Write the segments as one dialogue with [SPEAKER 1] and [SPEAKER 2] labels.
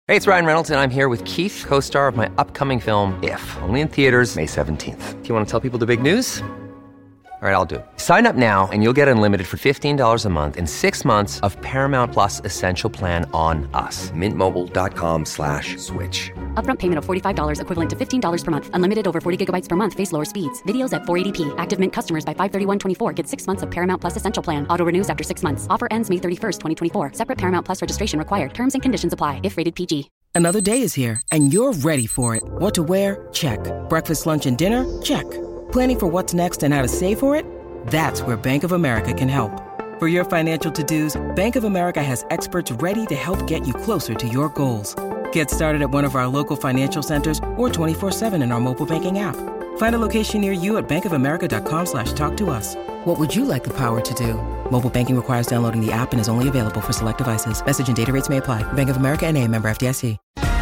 [SPEAKER 1] Hey, it's Ryan Reynolds, and I'm here with Keith, co-star of my upcoming film, If, only in theaters May 17th. Do you want to tell people the big news? All right, I'll do it. Sign up now and you'll get unlimited for $15 a month and 6 months of Paramount Plus Essential Plan on us. MintMobile.com/switch.
[SPEAKER 2] Upfront payment of $45 equivalent to $15 per month. Unlimited over 40 gigabytes per month. Face lower speeds. Videos at 480p. Active Mint customers by 531.24 get 6 months of Paramount Plus Essential Plan. Auto renews after 6 months. Offer ends May 31st, 2024. Separate Paramount Plus registration required. Terms and conditions apply if rated PG.
[SPEAKER 3] Another day is here, and you're ready for it. What to wear? Check. Breakfast, lunch, and dinner? Check. Planning for what's next and how to save for it? That's where Bank of America can help. For your financial to-dos, Bank of America has experts ready to help get you closer to your goals. Get started at one of our local financial centers or 24/7 in our mobile banking app. Find a location near you at bankofamerica.com/talktous. What would you like the power to do? Mobile banking requires downloading the app and is only available for select devices. Message and data rates may apply. Bank of America N.A., member FDIC.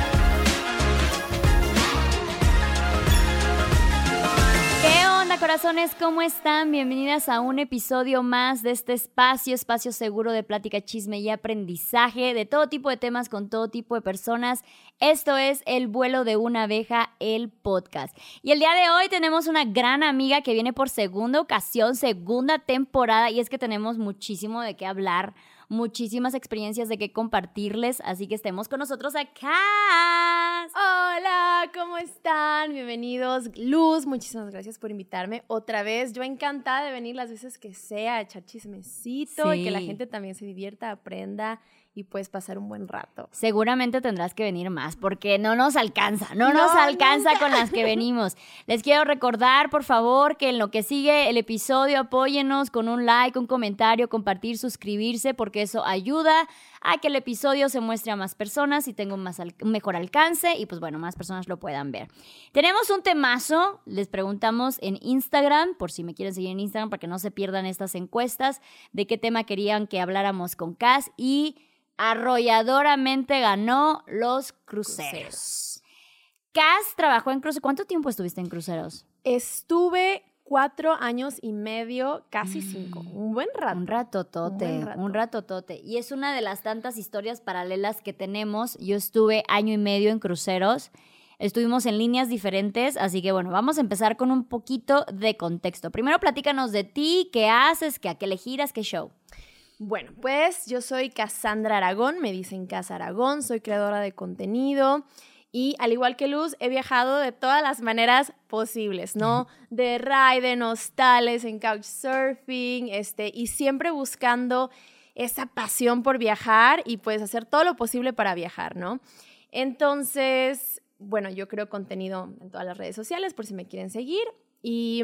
[SPEAKER 4] Corazones, ¿cómo están? Bienvenidas a un episodio más de este espacio seguro de plática, chisme y aprendizaje de todo tipo de temas con todo tipo de personas. Esto es El vuelo de una abeja, el podcast. Y el día de hoy tenemos una gran amiga que viene por segunda ocasión, segunda temporada, y es que tenemos muchísimo de qué hablar, muchísimas experiencias de qué compartirles, así que estemos con nosotros acá.
[SPEAKER 5] Hola, ¿cómo están? Bienvenidos. Luz, muchísimas gracias por invitarme otra vez. Yo encantada de venir las veces que sea, a echar chismecito y que la gente también se divierta, aprenda y puedes pasar un buen rato.
[SPEAKER 4] Seguramente tendrás que venir más porque no nos alcanza nunca con las que venimos. Les quiero recordar, por favor, que en lo que sigue el episodio apóyennos con un like, un comentario, compartir, suscribirse, porque eso ayuda a que el episodio se muestre a más personas y tenga un mejor alcance y pues bueno, más personas lo puedan ver. Tenemos un temazo, les preguntamos en Instagram, por si me quieren seguir en Instagram para que no se pierdan estas encuestas, de qué tema querían que habláramos con Cass, y arrolladoramente ganó los cruceros. Cass trabajó en cruceros. ¿Cuánto tiempo estuviste en cruceros?
[SPEAKER 5] Estuve 4 años y medio, casi 5. Un buen rato.
[SPEAKER 4] Un ratotote. Y es una de las tantas historias paralelas que tenemos. Yo estuve 1 año y medio en cruceros. Estuvimos en líneas diferentes, así que bueno, vamos a empezar con un poquito de contexto. Primero platícanos de ti, qué haces, a qué le giras, qué show.
[SPEAKER 5] Bueno, pues yo soy Cassandra Aragón, me dicen Cass Aragón, soy creadora de contenido y al igual que Luz, he viajado de todas las maneras posibles, ¿no? De ride, en hostales, en couchsurfing, y siempre buscando esa pasión por viajar y pues hacer todo lo posible para viajar, ¿no? Entonces, bueno, yo creo contenido en todas las redes sociales por si me quieren seguir y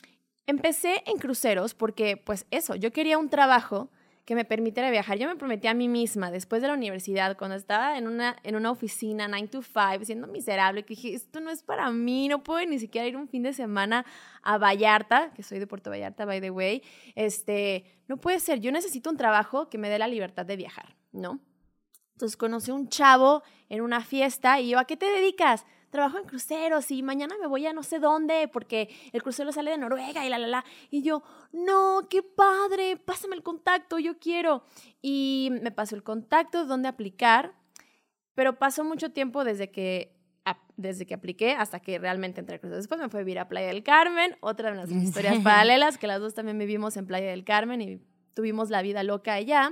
[SPEAKER 5] empecé en cruceros porque pues eso, yo quería un trabajo que me permitiera viajar. Yo me prometí a mí misma, después de la universidad, cuando estaba en una oficina 9 to 5, siendo miserable, que dije, esto no es para mí, no puedo ni siquiera ir un fin de semana a Vallarta, que soy de Puerto Vallarta, by the way, no puede ser, yo necesito un trabajo que me dé la libertad de viajar, ¿no? Entonces conocí a un chavo en una fiesta y yo, ¿a qué te dedicas? Trabajo en cruceros y mañana me voy a no sé dónde porque el crucero sale de Noruega y Y yo, no, qué padre, pásame el contacto, yo quiero. Y me pasó el contacto, dónde aplicar, pero pasó mucho tiempo desde que apliqué hasta que realmente entré a cruceros. Después me fui a vivir a Playa del Carmen, otra de las historias paralelas, que las dos también vivimos en Playa del Carmen y tuvimos la vida loca allá.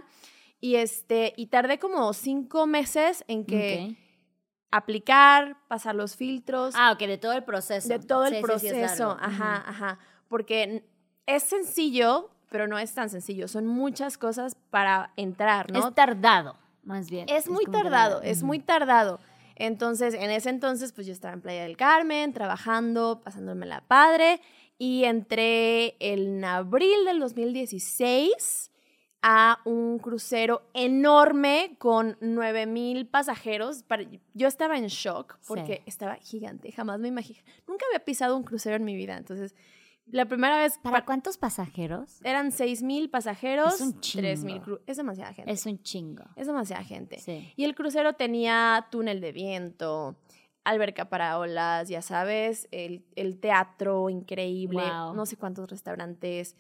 [SPEAKER 5] Y tardé como 5 meses en que... aplicar, pasar los filtros.
[SPEAKER 4] Ok, de todo el proceso.
[SPEAKER 5] De todo el proceso,
[SPEAKER 4] sí,
[SPEAKER 5] ajá. Porque es sencillo, pero no es tan sencillo. Son muchas cosas para entrar, ¿no?
[SPEAKER 4] Es tardado, más bien.
[SPEAKER 5] Es muy tardado. Entonces, en ese entonces, pues yo estaba en Playa del Carmen, trabajando, pasándomela padre, y entré en abril del 2016 a un crucero enorme con 9,000 pasajeros. Yo estaba en shock porque estaba gigante. Jamás me imaginé. Nunca había pisado un crucero en mi vida. Entonces, la primera vez...
[SPEAKER 4] ¿Para cuántos pasajeros?
[SPEAKER 5] Eran 6,000 pasajeros.
[SPEAKER 4] Es un chingo.
[SPEAKER 5] 3,000. Es demasiada gente.
[SPEAKER 4] Es un chingo.
[SPEAKER 5] Es demasiada gente.
[SPEAKER 4] Sí.
[SPEAKER 5] Y el crucero tenía túnel de viento, alberca para olas, ya sabes, el teatro increíble,
[SPEAKER 4] Wow.
[SPEAKER 5] no sé cuántos restaurantes.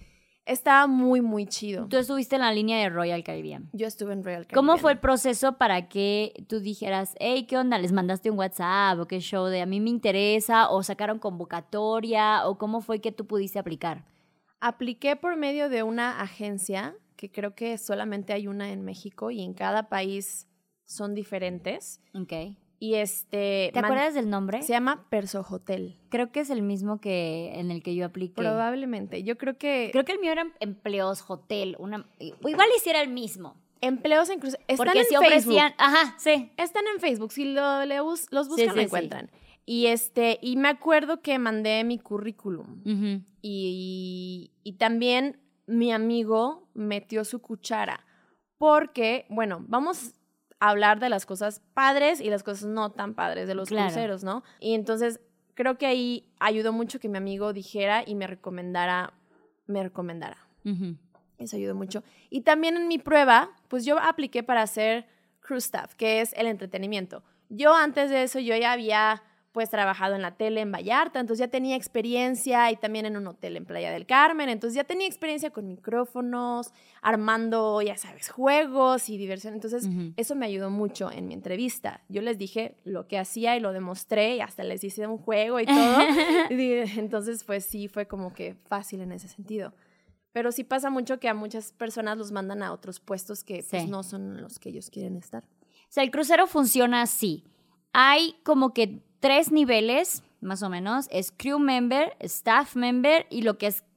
[SPEAKER 5] Estaba muy, muy chido.
[SPEAKER 4] Tú estuviste en la línea de Royal Caribbean.
[SPEAKER 5] Yo estuve en Royal Caribbean.
[SPEAKER 4] ¿Cómo fue el proceso para que tú dijeras, hey, ¿qué onda? ¿Les mandaste un WhatsApp o qué show de a mí me interesa? ¿O sacaron convocatoria? ¿O cómo fue que tú pudiste aplicar?
[SPEAKER 5] Apliqué por medio de una agencia, que creo que solamente hay una en México y en cada país son diferentes.
[SPEAKER 4] Ok.
[SPEAKER 5] Y
[SPEAKER 4] ¿Te acuerdas del nombre?
[SPEAKER 5] Se llama Perso Hotel.
[SPEAKER 4] Creo que es el mismo que en el que yo apliqué.
[SPEAKER 5] Probablemente. Yo creo que...
[SPEAKER 4] Creo que el mío era Empleos Hotel. O igual hiciera el mismo.
[SPEAKER 5] Empleos incluso... Están
[SPEAKER 4] Porque
[SPEAKER 5] en
[SPEAKER 4] sí
[SPEAKER 5] Facebook.
[SPEAKER 4] ofrecían... Ajá, sí.
[SPEAKER 5] Están en Facebook. Si los buscan,
[SPEAKER 4] Sí,
[SPEAKER 5] lo encuentran. Y me acuerdo que mandé mi currículum.
[SPEAKER 4] Uh-huh.
[SPEAKER 5] Y también mi amigo metió su cuchara. Porque, bueno, vamos a hablar de las cosas padres y las cosas no tan padres de los cruceros, ¿no? Y entonces creo que ahí ayudó mucho que mi amigo dijera y me recomendara.
[SPEAKER 4] Uh-huh.
[SPEAKER 5] Eso ayudó mucho. Y también en mi prueba, pues yo apliqué para hacer crew staff, que es el entretenimiento. Yo antes de eso, yo ya había pues trabajado en la tele en Vallarta, entonces ya tenía experiencia y también en un hotel en Playa del Carmen, entonces ya tenía experiencia con micrófonos, armando, ya sabes, juegos y diversión, entonces eso me ayudó mucho en mi entrevista. Yo les dije lo que hacía y lo demostré y hasta les hice un juego y todo, entonces pues sí, fue como que fácil en ese sentido. Pero sí pasa mucho que a muchas personas los mandan a otros puestos que pues no son los que ellos quieren estar.
[SPEAKER 4] O sea, el crucero funciona así. Hay como que 3 niveles, más o menos. Es crew member, staff member y lo que es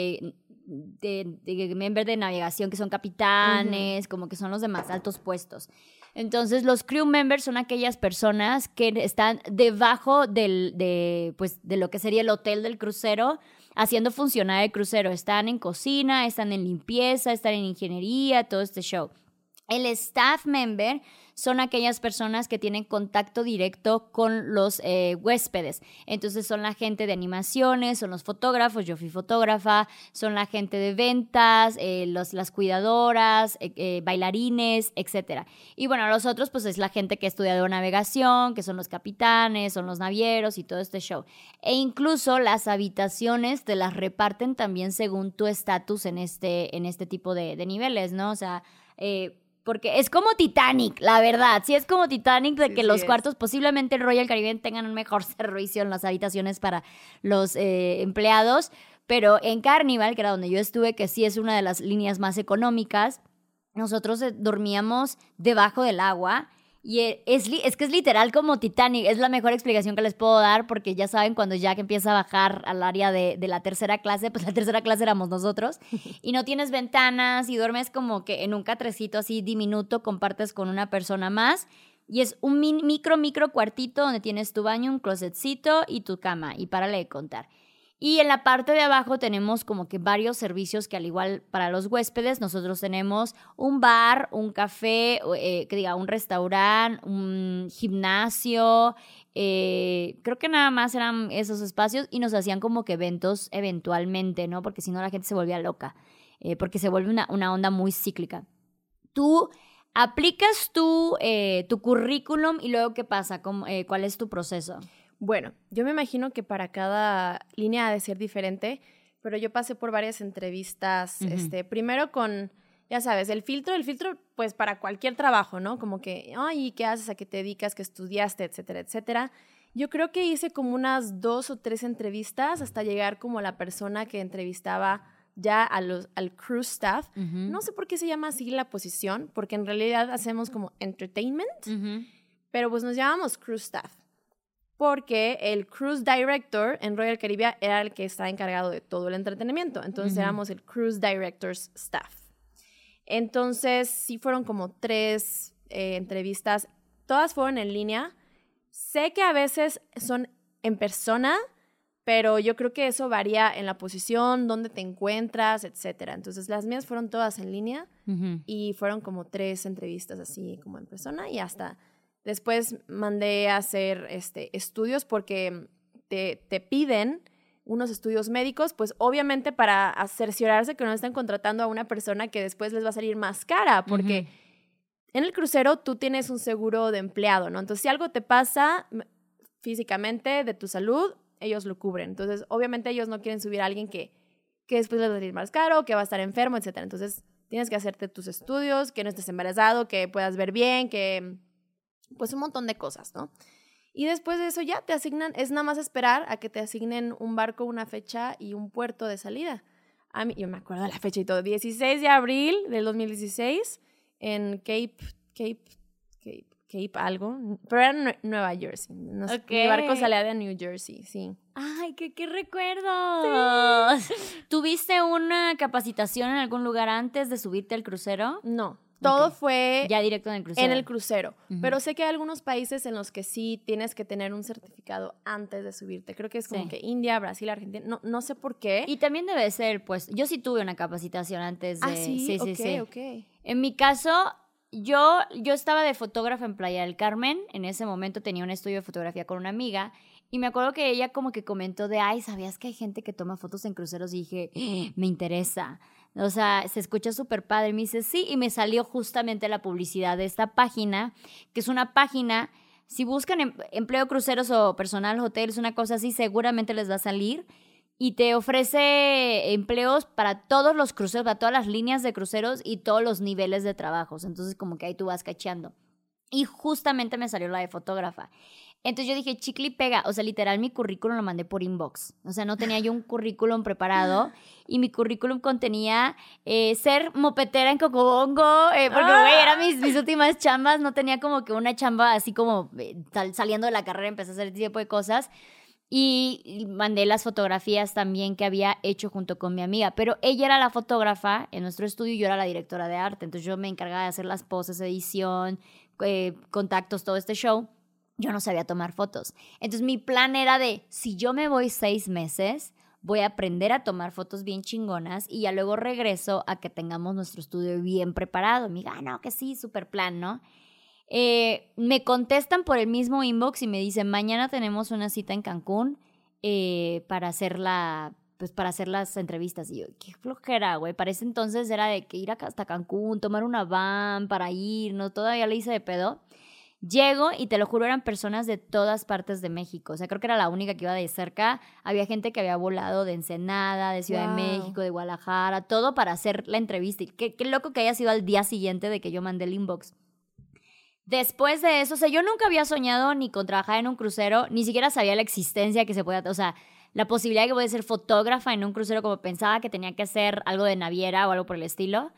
[SPEAKER 4] de member de navegación, que son capitanes, como que son los de más altos puestos. Entonces, los crew members son aquellas personas que están debajo de lo que sería el hotel del crucero, haciendo funcionar el crucero. Están en cocina, están en limpieza, están en ingeniería, todo este show. El staff member son aquellas personas que tienen contacto directo con los huéspedes. Entonces son la gente de animaciones, son los fotógrafos, yo fui fotógrafa, son la gente de ventas, las cuidadoras, bailarines, etc. Y bueno, los otros pues es la gente que ha estudiado navegación, que son los capitanes, son los navieros y todo este show. E incluso las habitaciones te las reparten también según tu estatus en este tipo de niveles, ¿no? O sea, porque es como Titanic, la verdad. Sí, es como Titanic de que los cuartos, posiblemente el Royal Caribbean tengan un mejor servicio en las habitaciones para los empleados, pero en Carnival, que era donde yo estuve, que sí es una de las líneas más económicas, nosotros dormíamos debajo del agua. Y es que es literal como Titanic, es la mejor explicación que les puedo dar porque ya saben cuando Jack empieza a bajar al área de la tercera clase, pues la tercera clase éramos nosotros y no tienes ventanas y duermes como que en un catrecito así diminuto, compartes con una persona más y es un micro cuartito donde tienes tu baño, un closetcito y tu cama y párale de contar. Y en la parte de abajo tenemos como que varios servicios que al igual para los huéspedes nosotros tenemos un bar, un café, un restaurante, un gimnasio, creo que nada más eran esos espacios y nos hacían como que eventos eventualmente, ¿no? Porque si no la gente se volvía loca, porque se vuelve una onda muy cíclica. Tú aplicas tu currículum y luego ¿qué pasa? ¿Cuál es tu proceso?
[SPEAKER 5] Bueno, yo me imagino que para cada línea ha de ser diferente, pero yo pasé por varias entrevistas, primero con, ya sabes, el filtro, pues para cualquier trabajo, ¿no? Como que, ay, ¿qué haces? ¿A qué te dedicas? ¿Qué estudiaste? Etcétera, etcétera. Yo creo que hice como unas 2 o 3 entrevistas hasta llegar como la persona que entrevistaba ya al crew staff. No sé por qué se llama así la posición, porque en realidad hacemos como entertainment, pero pues nos llamamos crew staff. Porque el cruise director en Royal Caribbean era el que estaba encargado de todo el entretenimiento. Entonces éramos el cruise director's staff. Entonces sí fueron como 3 entrevistas. Todas fueron en línea. Sé que a veces son en persona, pero yo creo que eso varía en la posición, dónde te encuentras, etc. Entonces las mías fueron todas en línea y fueron como 3 entrevistas así como en persona y hasta... Después mandé a hacer estudios porque te piden unos estudios médicos, pues obviamente para cerciorarse que no están contratando a una persona que después les va a salir más cara, porque en el crucero tú tienes un seguro de empleado, ¿no? Entonces, si algo te pasa físicamente de tu salud, ellos lo cubren. Entonces, obviamente ellos no quieren subir a alguien que que después le va a salir más caro, que va a estar enfermo, etc. Entonces, tienes que hacerte tus estudios, que no estés embarazado, que puedas ver bien, que pues un montón de cosas, ¿no? Y después de eso ya te asignan, es nada más esperar a que te asignen un barco, una fecha y un puerto de salida. A mí, yo me acuerdo de la fecha y todo, 16 de abril del 2016 en Cape algo, pero era Nueva Jersey. Mi barco salía de New Jersey, sí.
[SPEAKER 4] ¡Ay, qué recuerdos! Sí. ¿Tuviste una capacitación en algún lugar antes de subirte al crucero?
[SPEAKER 5] No, todo fue...
[SPEAKER 4] Ya directo en el crucero.
[SPEAKER 5] En el crucero. Pero sé que hay algunos países en los que sí tienes que tener un certificado antes de subirte. Creo que es como que India, Brasil, Argentina, no sé por qué.
[SPEAKER 4] Y también debe ser, pues, yo sí tuve una capacitación antes de...
[SPEAKER 5] Sí.
[SPEAKER 4] En mi caso... Yo estaba de fotógrafa en Playa del Carmen, en ese momento tenía un estudio de fotografía con una amiga y me acuerdo que ella como que comentó de, ay, ¿sabías que hay gente que toma fotos en cruceros? Y dije, me interesa, o sea, se escucha súper padre. Y me dice, sí, y me salió justamente la publicidad de esta página, que es una página, si buscan empleo cruceros o personal hotels, una cosa así, seguramente les va a salir. Y te ofrece empleos para todos los cruceros, para todas las líneas de cruceros y todos los niveles de trabajos. Entonces, como que ahí tú vas cacheando. Y justamente me salió la de fotógrafa. Entonces yo dije, chicle y pega. O sea, literal, mi currículum lo mandé por inbox. O sea, no tenía yo un currículum preparado. Y mi currículum contenía ser mopetera en Cocobongo. Porque, güey, eran mis últimas chambas. No tenía como que una chamba así como saliendo de la carrera, empecé a hacer ese tipo de cosas. Y mandé las fotografías también que había hecho junto con mi amiga, pero ella era la fotógrafa en nuestro estudio y yo era la directora de arte, entonces yo me encargaba de hacer las poses, edición, contactos, todo este show. Yo no sabía tomar fotos, entonces mi plan era de, si yo me voy 6 meses, voy a aprender a tomar fotos bien chingonas y ya luego regreso a que tengamos nuestro estudio bien preparado. Mi amiga, no, que sí, súper plan, ¿no? Me contestan por el mismo inbox y me dicen, mañana tenemos una cita en Cancún para hacer las entrevistas. Y yo, qué flojera, güey. Para ese entonces era de que ir hasta Cancún, tomar una van para ir, ¿no? Todavía le hice de pedo. Llego y te lo juro, eran personas de todas partes de México. O sea, creo que era la única que iba de cerca. Había gente que había volado de Ensenada, de Ciudad de México, de Guadalajara, todo para hacer la entrevista. Y qué loco que haya sido al día siguiente de que yo mandé el inbox. Después de eso, o sea, yo nunca había soñado ni con trabajar en un crucero, ni siquiera sabía la existencia que se podía, o sea, la posibilidad de que podía ser fotógrafa en un crucero, como pensaba que tenía que hacer algo de naviera o algo por el estilo.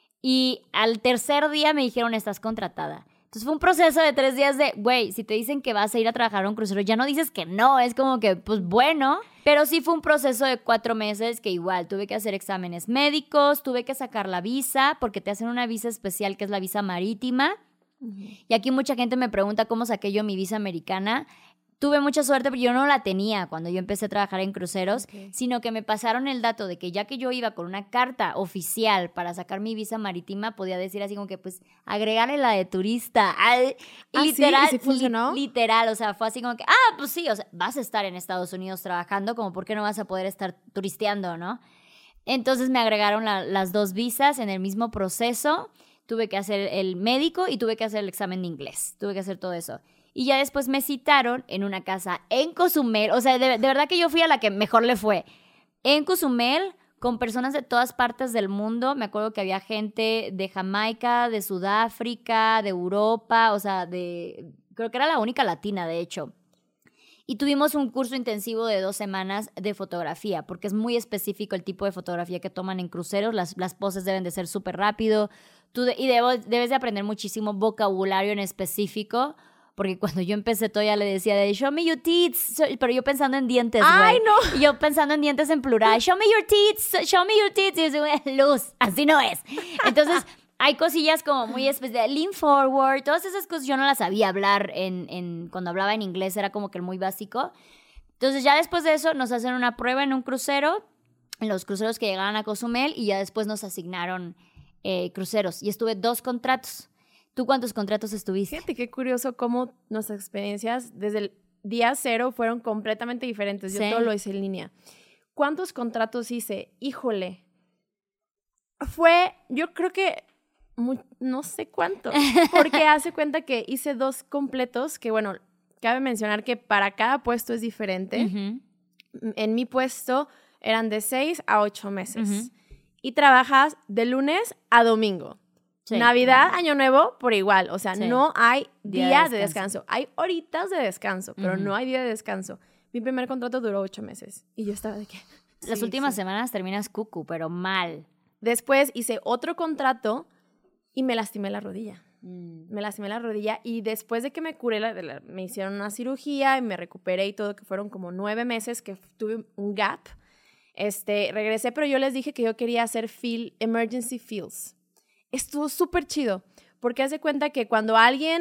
[SPEAKER 4] Y al tercer día me dijeron, estás contratada. Entonces fue un proceso de 3 días de, güey, si te dicen que vas a ir a trabajar a un crucero, ya no dices que no, es como que, pues bueno. Pero sí fue un proceso de 4 meses que igual tuve que hacer exámenes médicos, tuve que sacar la visa, porque te hacen una visa especial que es la visa marítima. Y aquí mucha gente me pregunta cómo saqué yo mi visa americana. Tuve mucha suerte, pero yo no la tenía cuando yo empecé a trabajar en cruceros, sino que me pasaron el dato de que ya que yo iba con una carta oficial para sacar mi visa marítima, podía decir así como que, pues, agregarle la de turista. Literal,
[SPEAKER 5] ¿sí? ¿Sí funcionó?
[SPEAKER 4] Literal, o sea, fue así como que, pues sí, o sea, vas a estar en Estados Unidos trabajando, como por qué no vas a poder estar turisteando, ¿no? Entonces me agregaron las 2 visas en el mismo proceso. Tuve que hacer el médico y tuve que hacer el examen de inglés. Tuve que hacer todo eso. Y ya después me citaron en una casa en Cozumel. O sea, de verdad que yo fui a la que mejor le fue. En Cozumel, con personas de todas partes del mundo. Me acuerdo que había gente de Jamaica, de Sudáfrica, de Europa. O sea, creo que era la única latina, de hecho. Y tuvimos un curso intensivo de 2 semanas de fotografía, porque es muy específico el tipo de fotografía que toman en cruceros. Las poses deben de ser súper rápido. Debes de aprender muchísimo vocabulario en específico, porque cuando yo empecé todavía le decía de show me your teeth, pero yo pensando en dientes, güey.
[SPEAKER 5] ¡Ay, no!
[SPEAKER 4] Y yo pensando en dientes en plural, show me your teeth, y yo decía, Luz, así no es. Entonces, hay cosillas como muy especiales, lean forward, todas esas cosas yo no las sabía hablar cuando hablaba en inglés, era como que el muy básico. Entonces, ya después de eso, nos hacen una prueba en un crucero, en los cruceros que llegaban a Cozumel, y ya después nos asignaron cruceros. Y estuve 2 contratos. ¿Tú cuántos contratos estuviste?
[SPEAKER 5] Fíjate qué curioso cómo nuestras experiencias desde el día 0 fueron completamente diferentes. Yo todo lo hice en línea. ¿Cuántos contratos hice? Híjole. Yo creo que no sé cuánto, porque hace cuenta que hice 2 completos, que bueno, cabe mencionar que para cada puesto es diferente. En mi puesto eran de 6 a 8 meses. Y trabajas de lunes a domingo.
[SPEAKER 4] Sí,
[SPEAKER 5] Navidad, Año Nuevo, por igual. O sea,
[SPEAKER 4] Sí.
[SPEAKER 5] no hay
[SPEAKER 4] Día
[SPEAKER 5] día
[SPEAKER 4] de
[SPEAKER 5] de descanso. Hay horitas de descanso, pero no hay día de descanso. Mi primer contrato duró 8 meses. Y yo estaba de que...
[SPEAKER 4] Las
[SPEAKER 5] sí,
[SPEAKER 4] últimas
[SPEAKER 5] sí.
[SPEAKER 4] semanas terminas cucu, pero mal.
[SPEAKER 5] Después hice otro contrato y me lastimé la rodilla. Me lastimé la rodilla y después de que me curé, me hicieron una cirugía y me recuperé y todo, que fueron como 9 meses que tuve un gap. Regresé, pero yo les dije que yo quería hacer emergency feels. Estuvo súper chido, porque hace cuenta que cuando alguien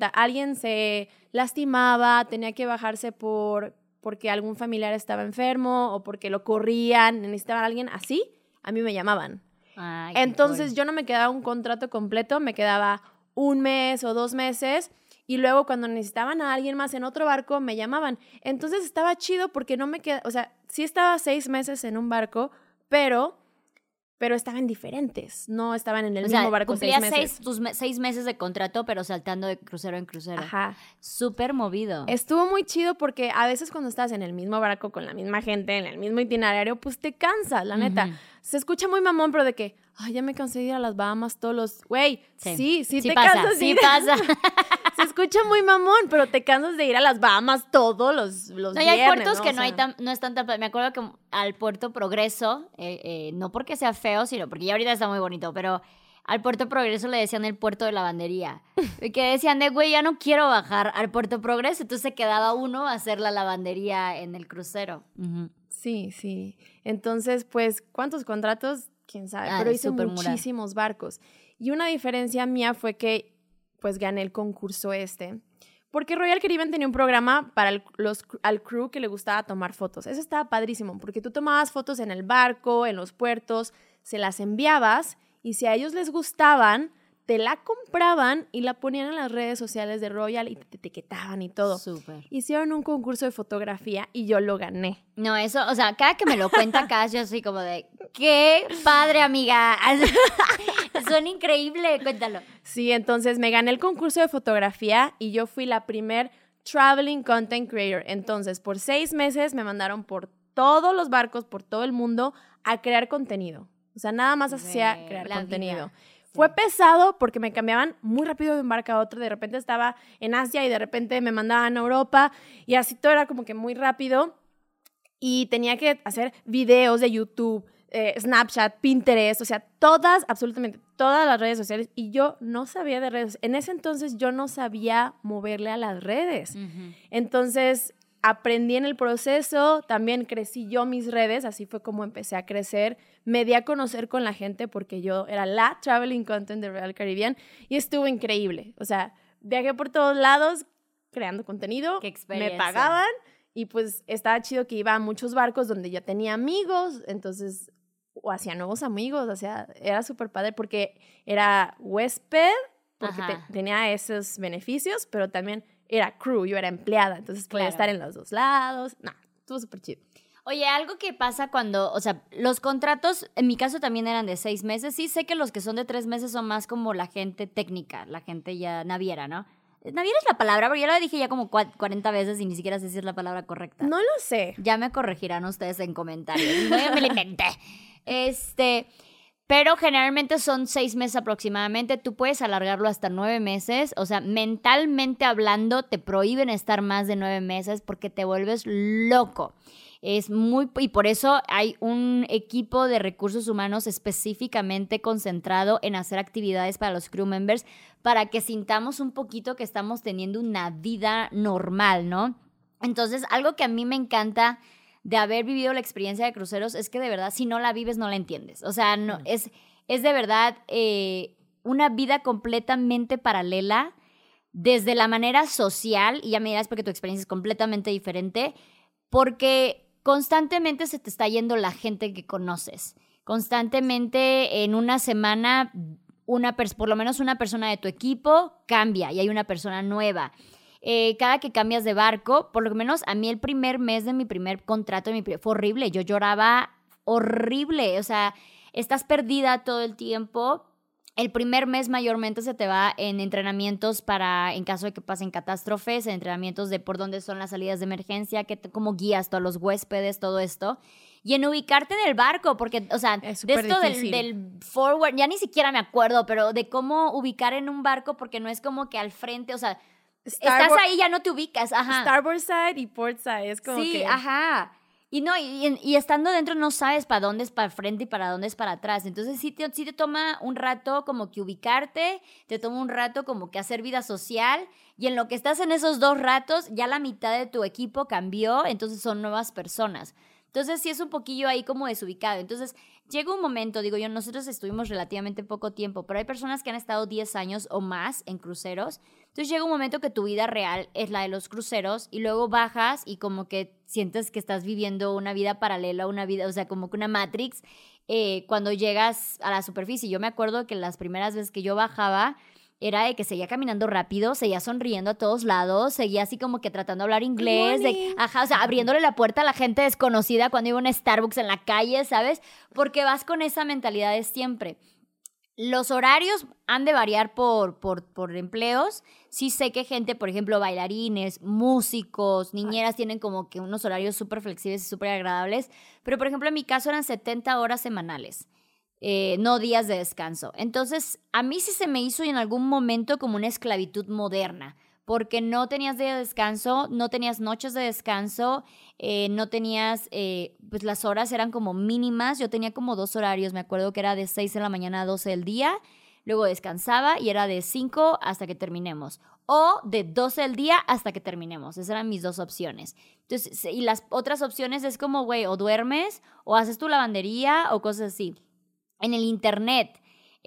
[SPEAKER 5] se lastimaba, tenía que bajarse porque algún familiar estaba enfermo o porque lo corrían, necesitaban a alguien así, a mí me llamaban.
[SPEAKER 4] Ay, qué
[SPEAKER 5] Entonces
[SPEAKER 4] cool.
[SPEAKER 5] yo no me quedaba un contrato completo, me quedaba 1 mes o 2 meses y luego cuando necesitaban a alguien más en otro barco me llamaban. Entonces estaba chido porque no me quedaba, o sea, sí estaba 6 meses en un barco, pero estaban diferentes, no estaban en el mismo barco 6
[SPEAKER 4] cumplías
[SPEAKER 5] meses.
[SPEAKER 4] 6 meses de contrato, pero saltando de crucero en crucero.
[SPEAKER 5] Ajá.
[SPEAKER 4] Súper movido.
[SPEAKER 5] Estuvo muy chido porque a veces cuando estás en el mismo barco con la misma gente, en el mismo itinerario, pues te cansa, la neta. Se escucha muy mamón, pero de que, ay, ya me cansé de ir a las Bahamas todos los... Güey, sí te
[SPEAKER 4] pasa,
[SPEAKER 5] cansas de
[SPEAKER 4] sí
[SPEAKER 5] ir.
[SPEAKER 4] pasa.
[SPEAKER 5] Se escucha muy mamón, pero te cansas de ir a las Bahamas todos los
[SPEAKER 4] No, y
[SPEAKER 5] viernes,
[SPEAKER 4] hay puertos
[SPEAKER 5] ¿no?
[SPEAKER 4] que
[SPEAKER 5] O
[SPEAKER 4] no
[SPEAKER 5] sea,
[SPEAKER 4] no están tan... Me acuerdo que al Puerto Progreso, no porque sea feo, sino porque ya ahorita está muy bonito, pero al Puerto Progreso le decían el puerto de lavandería. Y que decían de, güey, ya no quiero bajar al Puerto Progreso. Entonces se quedaba uno a hacer la lavandería en el crucero.
[SPEAKER 5] Sí. Entonces, pues, ¿cuántos contratos? Quién sabe,
[SPEAKER 4] Ah,
[SPEAKER 5] pero hice
[SPEAKER 4] súper mural.
[SPEAKER 5] muchísimos barcos. Y una diferencia mía fue que, pues, gané el concurso porque Royal Caribbean tenía un programa para al crew que le gustaba tomar fotos. Eso estaba padrísimo, porque tú tomabas fotos en el barco, en los puertos, se las enviabas y si a ellos les gustaban, te la compraban y la ponían en las redes sociales de Royal y te etiquetaban y todo.
[SPEAKER 4] Súper.
[SPEAKER 5] Hicieron un concurso de fotografía y yo lo gané.
[SPEAKER 4] No, eso, o sea, cada que me lo cuenta Cass, yo soy como de, ¡qué padre, amiga! Suena increíble, cuéntalo.
[SPEAKER 5] Sí, entonces me gané el concurso de fotografía y yo fui la primer traveling content creator. Entonces, por 6 meses me mandaron por todos los barcos, por todo el mundo, a crear contenido. O sea, nada más hacía crear
[SPEAKER 4] la
[SPEAKER 5] contenido.
[SPEAKER 4] vida.
[SPEAKER 5] Fue pesado porque me cambiaban muy rápido de un barco a otro. De repente estaba en Asia y de repente me mandaban a Europa y así todo era como que muy rápido. Y tenía que hacer videos de YouTube, Snapchat, Pinterest, o sea, absolutamente todas las redes sociales. Y yo no sabía de redes. En ese entonces yo no sabía moverle a las redes. Entonces aprendí en el proceso, también crecí yo mis redes, así fue como empecé a crecer. Me di a conocer con la gente porque yo era la traveling content de Royal Caribbean y estuvo increíble. O sea, viajé por todos lados creando contenido,
[SPEAKER 4] Qué experiencia.
[SPEAKER 5] me pagaban y pues estaba chido que iba a muchos barcos donde yo tenía amigos, entonces o hacía nuevos amigos, o sea, era súper padre porque era huésped, porque tenía esos beneficios, pero también era crew, yo era empleada, entonces podía estar en los dos lados. No, estuvo súper chido.
[SPEAKER 4] Oye, algo que pasa cuando, o sea, los contratos, en mi caso también eran de 6 meses. Sí sé que los que son de 3 meses son más como la gente técnica, la gente ya naviera, ¿no? Naviera es la palabra, pero yo la dije ya como 40 veces y ni siquiera sé si es la palabra correcta.
[SPEAKER 5] No lo sé.
[SPEAKER 4] Ya me corregirán ustedes en comentarios. No, yo me lo inventé. Pero generalmente son 6 meses aproximadamente. Tú puedes alargarlo hasta 9 meses. O sea, mentalmente hablando, te prohíben estar más de 9 meses porque te vuelves loco. Y por eso hay un equipo de recursos humanos específicamente concentrado en hacer actividades para los crew members para que sintamos un poquito que estamos teniendo una vida normal, ¿no? Entonces, algo que a mí me encanta de haber vivido la experiencia de cruceros es que de verdad, si no la vives, no la entiendes. O sea, no, es de verdad una vida completamente paralela desde la manera social, y ya me dirás porque tu experiencia es completamente diferente, porque constantemente se te está yendo la gente que conoces. Constantemente en una semana, por lo menos una persona de tu equipo cambia y hay una persona nueva. Cada que cambias de barco, por lo menos a mí el primer mes de mi primer contrato fue horrible. Yo lloraba horrible. O sea, estás perdida todo el tiempo. El primer mes mayormente se te va en entrenamientos en caso de que pasen catástrofes, en entrenamientos de por dónde son las salidas de emergencia, cómo guías a los huéspedes, todo esto. Y en ubicarte en el barco, porque, o sea, de
[SPEAKER 5] Es súper
[SPEAKER 4] esto
[SPEAKER 5] difícil.
[SPEAKER 4] del forward, ya ni siquiera me acuerdo, pero de cómo ubicar en un barco, porque no es como que al frente, o sea, estás ahí, ya no te ubicas, ajá.
[SPEAKER 5] Starboard side y port side, es como
[SPEAKER 4] Sí,
[SPEAKER 5] que...
[SPEAKER 4] ajá. Y no, y estando dentro no sabes para dónde es para el frente y para dónde es para atrás. Entonces sí te toma un rato como que ubicarte, te toma un rato como que hacer vida social, y en lo que estás en esos 2 ratos, ya la mitad de tu equipo cambió, entonces son nuevas personas. Entonces sí es un poquillo ahí como desubicado. Entonces llega un momento, digo yo, nosotros estuvimos relativamente poco tiempo, pero hay personas que han estado 10 años o más en cruceros. Entonces llega un momento que tu vida real es la de los cruceros y luego bajas y como que sientes que estás viviendo una vida paralela, una vida, o sea, como que una Matrix, cuando llegas a la superficie. Yo me acuerdo que las primeras veces que yo bajaba era de que seguía caminando rápido, seguía sonriendo a todos lados, seguía así como que tratando de hablar inglés, o sea, abriéndole la puerta a la gente desconocida cuando iba a un Starbucks en la calle, ¿sabes? Porque vas con esa mentalidad de siempre. Los horarios han de variar por empleos. Sí sé que gente, por ejemplo, bailarines, músicos, niñeras, tienen como que unos horarios súper flexibles y súper agradables. Pero, por ejemplo, en mi caso eran 70 horas semanales, no días de descanso. Entonces, a mí sí se me hizo en algún momento como una esclavitud moderna, porque no tenías día de descanso, no tenías noches de descanso, no tenías, pues las horas eran como mínimas. Yo tenía como 2 horarios, me acuerdo que era de 6 de la mañana a 12 del día, luego descansaba y era de 5 hasta que terminemos, o de 12 del día hasta que terminemos. Esas eran mis 2 opciones. Entonces, y las otras opciones es como, güey, o duermes, o haces tu lavandería, o cosas así. En el internet,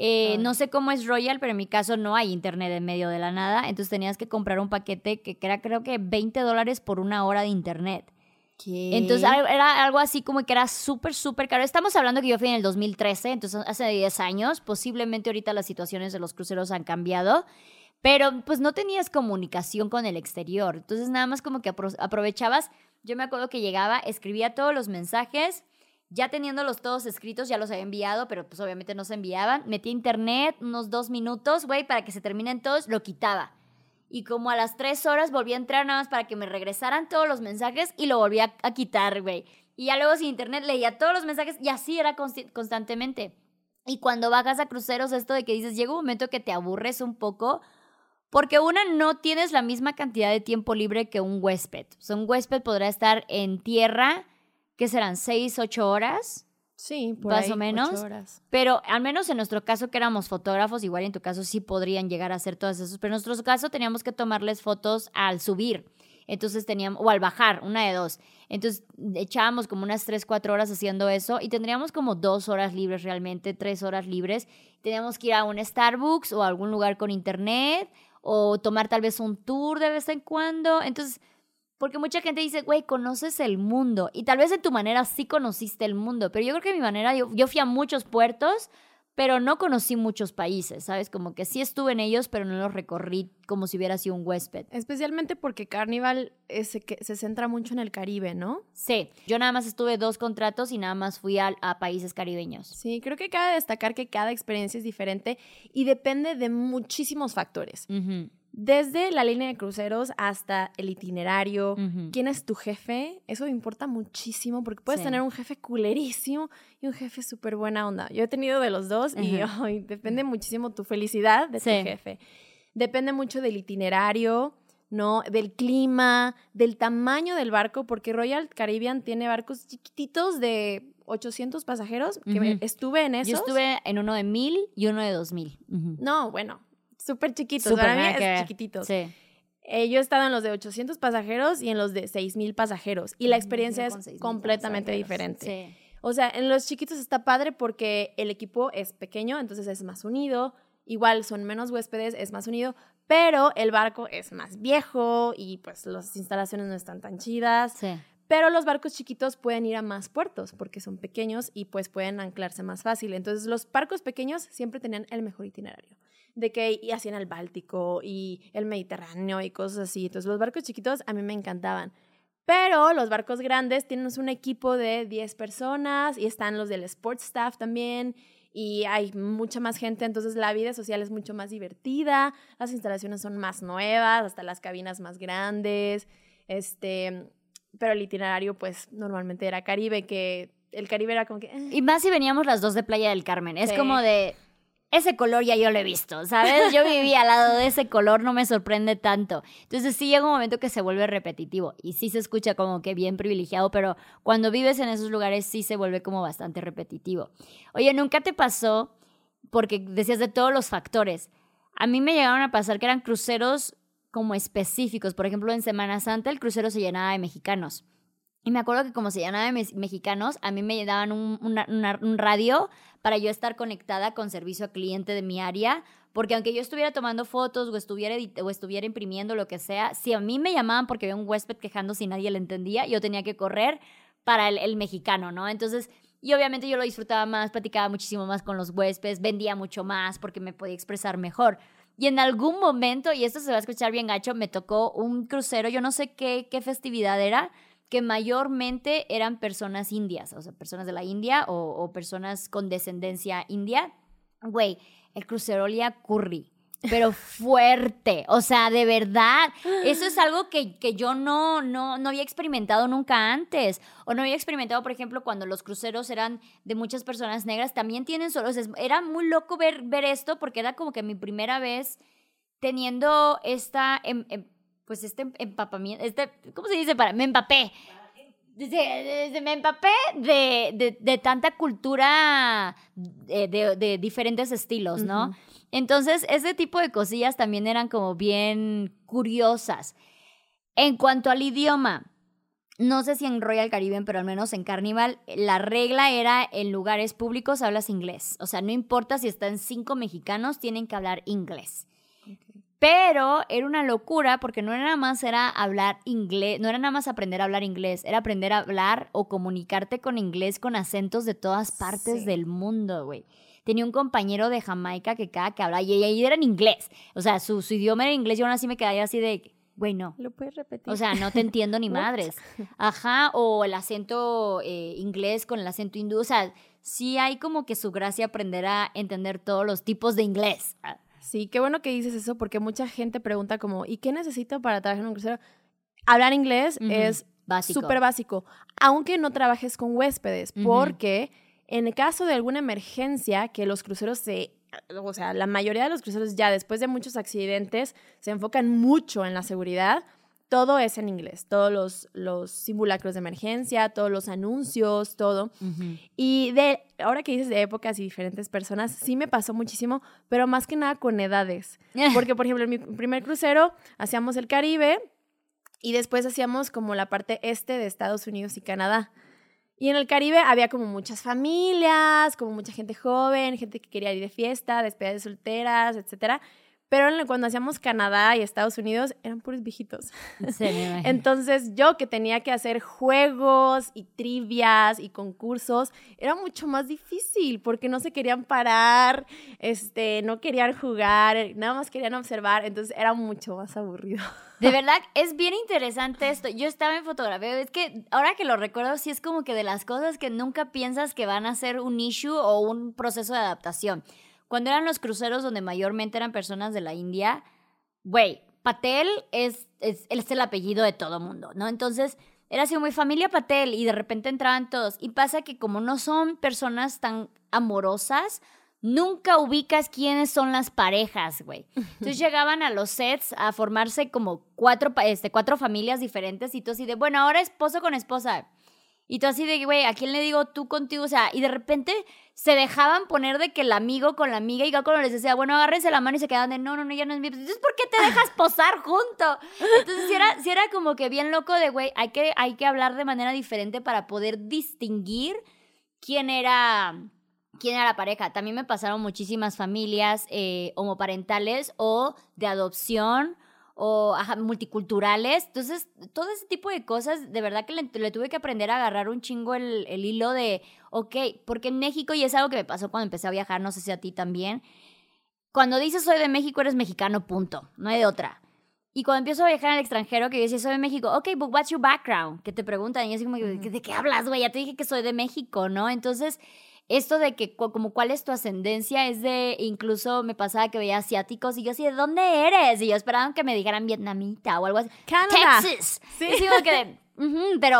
[SPEAKER 4] no sé cómo es Royal, pero en mi caso no hay internet en medio de la nada, entonces tenías que comprar un paquete que era creo que $20 por 1 hora de internet.
[SPEAKER 5] ¿Qué?
[SPEAKER 4] Entonces era algo así como que era súper, súper caro. Estamos hablando que yo fui en el 2013, entonces hace 10 años. Posiblemente ahorita las situaciones de los cruceros han cambiado, pero pues no tenías comunicación con el exterior. Entonces nada más como que aprovechabas. Yo me acuerdo que llegaba, escribía todos los mensajes, ya teniéndolos todos escritos, ya los había enviado, pero pues obviamente no se enviaban. Metía internet unos 2 minutos, güey, para que se terminen todos, lo quitaba. Y como a las 3 horas volví a entrar nada más para que me regresaran todos los mensajes y lo volví a quitar, güey. Y ya luego sin internet leía todos los mensajes y así era constantemente. Y cuando bajas a cruceros, esto de que dices, llega un momento que te aburres un poco, porque no tienes la misma cantidad de tiempo libre que un huésped. O sea, un huésped podrá estar en tierra, ¿qué serán? 6, 8 horas.
[SPEAKER 5] Sí, por
[SPEAKER 4] más
[SPEAKER 5] ahí,
[SPEAKER 4] o menos,
[SPEAKER 5] 8 horas.
[SPEAKER 4] Pero al menos en nuestro caso que éramos fotógrafos, igual en tu caso sí podrían llegar a hacer todas esas, pero en nuestro caso teníamos que tomarles fotos al subir, entonces teníamos, o al bajar, una de dos, entonces echábamos como unas 3, 4 horas haciendo eso y tendríamos como 2 horas libres realmente, 3 horas libres, teníamos que ir a un Starbucks o a algún lugar con internet o tomar tal vez un tour de vez en cuando, entonces... Porque mucha gente dice, güey, conoces el mundo. Y tal vez de tu manera sí conociste el mundo. Pero yo creo que de mi manera, yo fui a muchos puertos, pero no conocí muchos países, ¿sabes? Como que sí estuve en ellos, pero no los recorrí como si hubiera sido un huésped.
[SPEAKER 5] Especialmente porque Carnival se centra mucho en el Caribe, ¿no?
[SPEAKER 4] Sí, yo nada más estuve 2 contratos y nada más fui a países caribeños.
[SPEAKER 5] Sí, creo que cabe destacar que cada experiencia es diferente y depende de muchísimos factores.
[SPEAKER 4] Uh-huh.
[SPEAKER 5] Desde la línea de cruceros hasta el itinerario,
[SPEAKER 4] Uh-huh.
[SPEAKER 5] quién es tu jefe, eso importa muchísimo porque puedes
[SPEAKER 4] Sí.
[SPEAKER 5] tener un jefe culerísimo y un jefe súper buena onda. Yo he tenido de los dos y
[SPEAKER 4] Ajá.
[SPEAKER 5] ay, depende muchísimo tu felicidad de
[SPEAKER 4] Sí.
[SPEAKER 5] tu jefe. Depende mucho del itinerario, ¿no? Del clima, del tamaño del barco, porque Royal Caribbean tiene barcos chiquititos de 800 pasajeros, que
[SPEAKER 4] Ujú.
[SPEAKER 5] estuve en esos.
[SPEAKER 4] Yo estuve en uno de 1000 y uno de 2000. Uh-huh.
[SPEAKER 5] No, bueno, súper chiquitos.
[SPEAKER 4] Súper
[SPEAKER 5] Para mí
[SPEAKER 4] nada que
[SPEAKER 5] es
[SPEAKER 4] ver.
[SPEAKER 5] chiquititos.
[SPEAKER 4] Sí.
[SPEAKER 5] Yo he estado en los de 800 pasajeros y en los de 6000 pasajeros. Y la experiencia
[SPEAKER 4] Yo con
[SPEAKER 5] es
[SPEAKER 4] 6,000
[SPEAKER 5] completamente
[SPEAKER 4] pasajeros.
[SPEAKER 5] diferente.
[SPEAKER 4] Sí.
[SPEAKER 5] O sea, en los chiquitos está padre porque el equipo es pequeño, entonces es más unido. Igual son menos huéspedes, es más unido. Pero el barco es más viejo y pues las instalaciones no están tan chidas.
[SPEAKER 4] Sí.
[SPEAKER 5] Pero los barcos chiquitos pueden ir a más puertos porque son pequeños y pues pueden anclarse más fácil. Entonces los barcos pequeños siempre tenían el mejor itinerario. De que hacían el Báltico y el Mediterráneo y cosas así. Entonces los barcos chiquitos a mí me encantaban. Pero los barcos grandes tienen un equipo de 10 personas y están los del sports staff también. Y hay mucha más gente, entonces la vida social es mucho más divertida. Las instalaciones son más nuevas, hasta las cabinas más grandes. Pero el itinerario pues normalmente era Caribe, que el Caribe era como que...
[SPEAKER 4] Y más si veníamos las dos de Playa del Carmen. Es
[SPEAKER 5] Sí.
[SPEAKER 4] como de... Ese color ya yo lo he visto, ¿sabes? Yo viví al lado de ese color, no me sorprende tanto. Entonces sí llega un momento que se vuelve repetitivo y sí se escucha como que bien privilegiado, pero cuando vives en esos lugares sí se vuelve como bastante repetitivo. Oye, ¿nunca te pasó, porque decías de todos los factores, a mí me llegaron a pasar que eran cruceros como específicos? Por ejemplo, en Semana Santa el crucero se llenaba de mexicanos. Y me acuerdo que como se llenaba de mexicanos, a mí me daban un radio para yo estar conectada con servicio al cliente de mi área, porque aunque yo estuviera tomando fotos o estuviera imprimiendo lo que sea, si a mí me llamaban porque había un huésped quejándose y nadie le entendía, yo tenía que correr para el mexicano, ¿no? Entonces, y obviamente yo lo disfrutaba más, platicaba muchísimo más con los huéspedes, vendía mucho más porque me podía expresar mejor. Y en algún momento, y esto se va a escuchar bien gacho, me tocó un crucero, yo no sé qué festividad era, que mayormente eran personas indias, o sea, personas de la India o personas con descendencia india. Güey, el crucero olía a curry, pero fuerte, o sea, de verdad, eso es algo que yo no había experimentado nunca antes, o no había experimentado, por ejemplo, cuando los cruceros eran de muchas personas negras, también tienen solo, o sea, era muy loco ver esto, porque era como que mi primera vez teniendo esta... pues este empapamiento, ¿cómo se dice? Me empapé. Me empapé de tanta cultura de diferentes estilos, ¿no? Uh-huh. Entonces, ese tipo de cosillas también eran como bien curiosas. En cuanto al idioma, no sé si en Royal Caribbean, pero al menos en Carnival, la regla era en lugares públicos hablas inglés. O sea, no importa si están 5 mexicanos, tienen que hablar inglés. Okay. Pero era una locura porque no era nada más hablar inglés, no era nada más aprender a hablar inglés, era aprender a hablar o comunicarte con inglés con acentos de todas partes del mundo, güey. Tenía un compañero de Jamaica que cada que hablaba, y ahí era en inglés, o sea, su idioma era inglés, y aún así me quedaba así de, güey, no.
[SPEAKER 5] ¿Lo puedes repetir?
[SPEAKER 4] O sea, no te entiendo ni madres. Ajá, o el acento inglés con el acento hindú, o sea, sí hay como que su gracia aprender a entender todos los tipos de inglés.
[SPEAKER 5] Sí, qué bueno que dices eso, porque mucha gente pregunta como, ¿y qué necesito para trabajar en un crucero? Hablar inglés es súper básico, aunque no trabajes con huéspedes, porque en el caso de alguna emergencia, que los cruceros o sea, la mayoría de los cruceros ya después de muchos accidentes se enfocan mucho en la seguridad, todo es en inglés, todos los simulacros de emergencia, todos los anuncios, todo. Uh-huh. Y ahora que dices de épocas y diferentes personas, sí me pasó muchísimo, pero más que nada con edades. Porque, por ejemplo, en mi primer crucero hacíamos el Caribe y después hacíamos como la parte este de Estados Unidos y Canadá. Y en el Caribe había como muchas familias, como mucha gente joven, gente que quería ir de fiesta, despedidas de solteras, etcétera. Pero cuando hacíamos Canadá y Estados Unidos, eran puros viejitos. Sí, me imagino. Entonces, yo que tenía que hacer juegos y trivias y concursos, era mucho más difícil porque no se querían parar, no querían jugar, nada más querían observar. Entonces, era mucho más aburrido.
[SPEAKER 4] De verdad, es bien interesante esto. Yo estaba en fotografía, es que ahora que lo recuerdo, sí es como que de las cosas que nunca piensas que van a ser un issue o un proceso de adaptación. Cuando eran los cruceros donde mayormente eran personas de la India, güey, Patel es el apellido de todo mundo, ¿no? Entonces, era así muy familia Patel y de repente entraban todos. Y pasa que como no son personas tan amorosas, nunca ubicas quiénes son las parejas, güey. Entonces llegaban a los sets a formarse como cuatro familias diferentes y tú así de, bueno, ahora esposo con esposa. Y tú así de, güey, ¿a quién le digo tú contigo? O sea, y de repente se dejaban poner de que el amigo con la amiga y cuando les decía, bueno, agárrense la mano y se quedaban de, no, ya no es mi. Entonces, ¿por qué te dejas posar junto? Entonces, sí era como que bien loco de, güey, hay que hablar de manera diferente para poder distinguir quién era la pareja. También me pasaron muchísimas familias homoparentales o de adopción o multiculturales. Entonces, todo ese tipo de cosas, de verdad que le tuve que aprender a agarrar un chingo el hilo de, ok, porque en México, y es algo que me pasó cuando empecé a viajar, no sé si a ti también, cuando dices soy de México, eres mexicano, punto, no hay de otra. Y cuando empiezo a viajar al extranjero, que yo decía soy de México, ok, but what's your background? Que te preguntan, y yo así como, ¿de qué hablas, güey? Ya te dije que soy de México, ¿no? Entonces, esto de que como cuál es tu ascendencia es de, incluso me pasaba que veía asiáticos y yo así, ¿de dónde eres? Y yo esperaba que me dijeran vietnamita o algo así.
[SPEAKER 5] Canadá.
[SPEAKER 4] Texas.
[SPEAKER 5] Sí.
[SPEAKER 4] Y digo que pero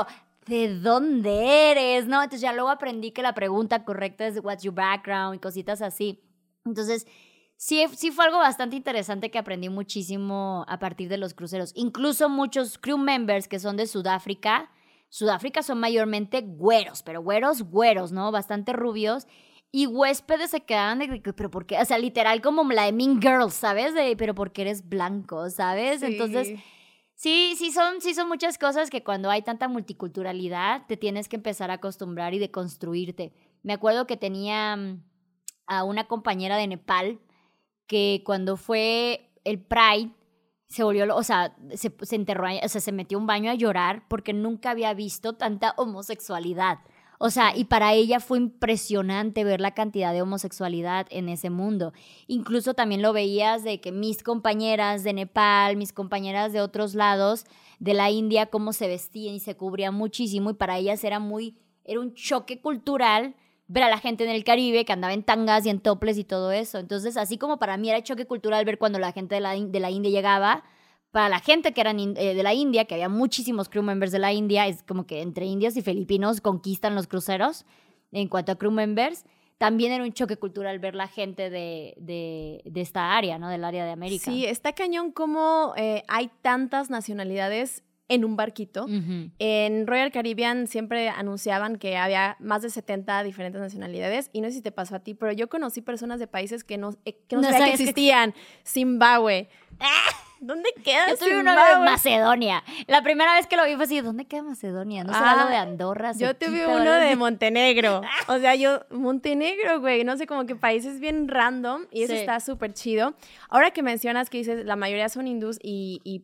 [SPEAKER 4] ¿de dónde eres? ¿No? Entonces ya luego aprendí que la pregunta correcta es what's your background y cositas así. Entonces, sí fue algo bastante interesante que aprendí muchísimo a partir de los cruceros. Incluso muchos crew members que son de Sudáfrica son mayormente güeros, pero güeros, ¿no? Bastante rubios. Y huéspedes se quedaban de que, ¿pero por qué? O sea, literal como la de Mean Girls, ¿sabes? ¿Pero por qué eres blanco? ¿Sabes?
[SPEAKER 5] Sí.
[SPEAKER 4] Entonces, sí son muchas cosas que cuando hay tanta multiculturalidad te tienes que empezar a acostumbrar y deconstruirte. Me acuerdo que tenía a una compañera de Nepal que cuando fue el Pride se volvió, o sea, se enterró, o sea, se metió a un baño a llorar porque nunca había visto tanta homosexualidad. O sea, y para ella fue impresionante ver la cantidad de homosexualidad en ese mundo. Incluso también lo veías de que mis compañeras de Nepal, mis compañeras de otros lados de la India, cómo se vestían y se cubrían muchísimo, y para ellas era un choque cultural ver a la gente en el Caribe que andaba en tangas y en toples y todo eso. Entonces, así como para mí era choque cultural ver cuando la gente de la India llegaba, para la gente que eran de la India, que había muchísimos crew members de la India, es como que entre indios y filipinos conquistan los cruceros en cuanto a crew members. También era un choque cultural ver la gente de esta área, ¿no? Del área de América.
[SPEAKER 5] Sí, está cañón como hay tantas nacionalidades en un barquito.
[SPEAKER 4] Uh-huh.
[SPEAKER 5] En Royal Caribbean siempre anunciaban que había más de 70 diferentes nacionalidades, y no sé si te pasó a ti, pero yo conocí personas de países que no sabía que existían. Zimbabue. ¿Dónde queda
[SPEAKER 4] Yo tuve
[SPEAKER 5] Zimbabue?
[SPEAKER 4] uno de Macedonia. La primera vez que lo vi fue así, ¿dónde queda Macedonia? ¿No será lo de Andorra?
[SPEAKER 5] Yo tuve uno de Montenegro. O sea, Montenegro, güey, no sé, como que países bien random, y eso está súper chido. Ahora que mencionas que dices, la mayoría son hindús y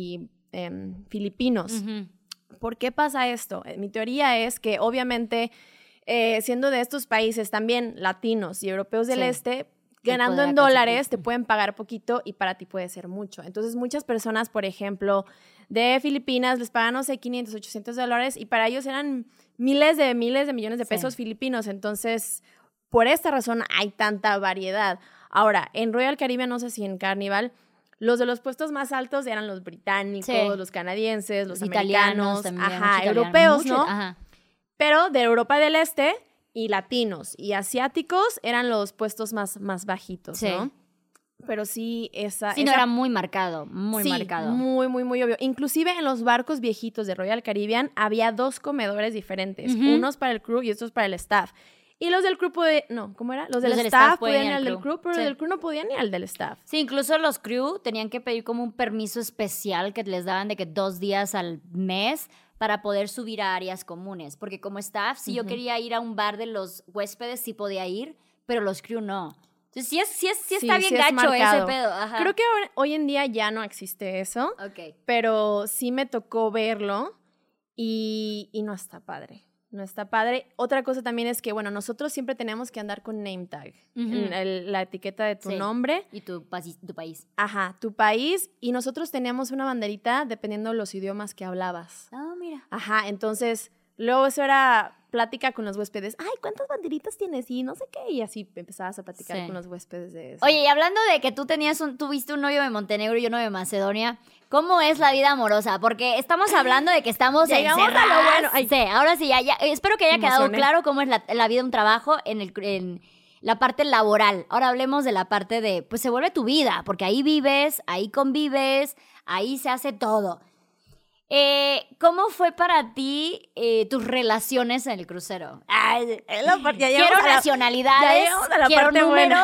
[SPEAKER 5] filipinos.
[SPEAKER 4] Uh-huh.
[SPEAKER 5] ¿Por qué pasa esto? Mi teoría es que obviamente siendo de estos países también latinos y europeos del este, ganando en dólares te pueden pagar poquito y para ti puede ser mucho. Entonces muchas personas, por ejemplo, de Filipinas les pagan, no sé, 500, 800 dólares, y para ellos eran miles de millones de pesos filipinos. Entonces, por esta razón hay tanta variedad. Ahora, en Royal Caribbean, no sé si en Carnival, los de los puestos más altos eran los británicos, los canadienses, los
[SPEAKER 4] italianos,
[SPEAKER 5] americanos, europeos, ¿no?
[SPEAKER 4] Ajá.
[SPEAKER 5] Pero de Europa del Este y latinos y asiáticos eran los puestos más bajitos, ¿no? Pero sí,
[SPEAKER 4] no, era muy marcado, muy
[SPEAKER 5] obvio. Inclusive en los barcos viejitos de Royal Caribbean había 2 comedores diferentes, unos para el crew y otros para el staff. Y los del crew Los del staff podían ir al del crew, pero los del crew no podían ir al del staff.
[SPEAKER 4] Sí, incluso los crew tenían que pedir como un permiso especial que les daban de que 2 días al mes para poder subir a áreas comunes. Porque como staff, si yo quería ir a un bar de los huéspedes, sí podía ir, pero los crew no. Entonces sí está bien gacho ese pedo. Ajá.
[SPEAKER 5] Creo que hoy en día ya no existe eso, pero sí me tocó verlo y no está padre. No está padre. Otra cosa también es que, bueno, nosotros siempre tenemos que andar con name tag, la etiqueta de tu nombre.
[SPEAKER 4] Y tu país.
[SPEAKER 5] Ajá, tu país. Y nosotros teníamos una banderita dependiendo de los idiomas que hablabas.
[SPEAKER 4] Ah, mira.
[SPEAKER 5] Ajá, entonces, luego eso era plática con los huéspedes. Ay, ¿cuántas banderitas tienes? Y no sé qué. Y así empezabas a platicar con los huéspedes de eso.
[SPEAKER 4] Oye, y hablando de que tú tuviste un novio de Montenegro y uno de Macedonia, ¿cómo es la vida amorosa? Porque estamos hablando de que estamos encerradas. A lo bueno. Sí, ahora sí, ya espero que haya quedado claro cómo es la vida de un trabajo en la parte laboral. Ahora hablemos de la parte de, pues se vuelve tu vida, porque ahí vives, ahí convives, ahí se hace todo. ¿Cómo fue para ti tus relaciones en el crucero? Quiero racionalidades, quiero números.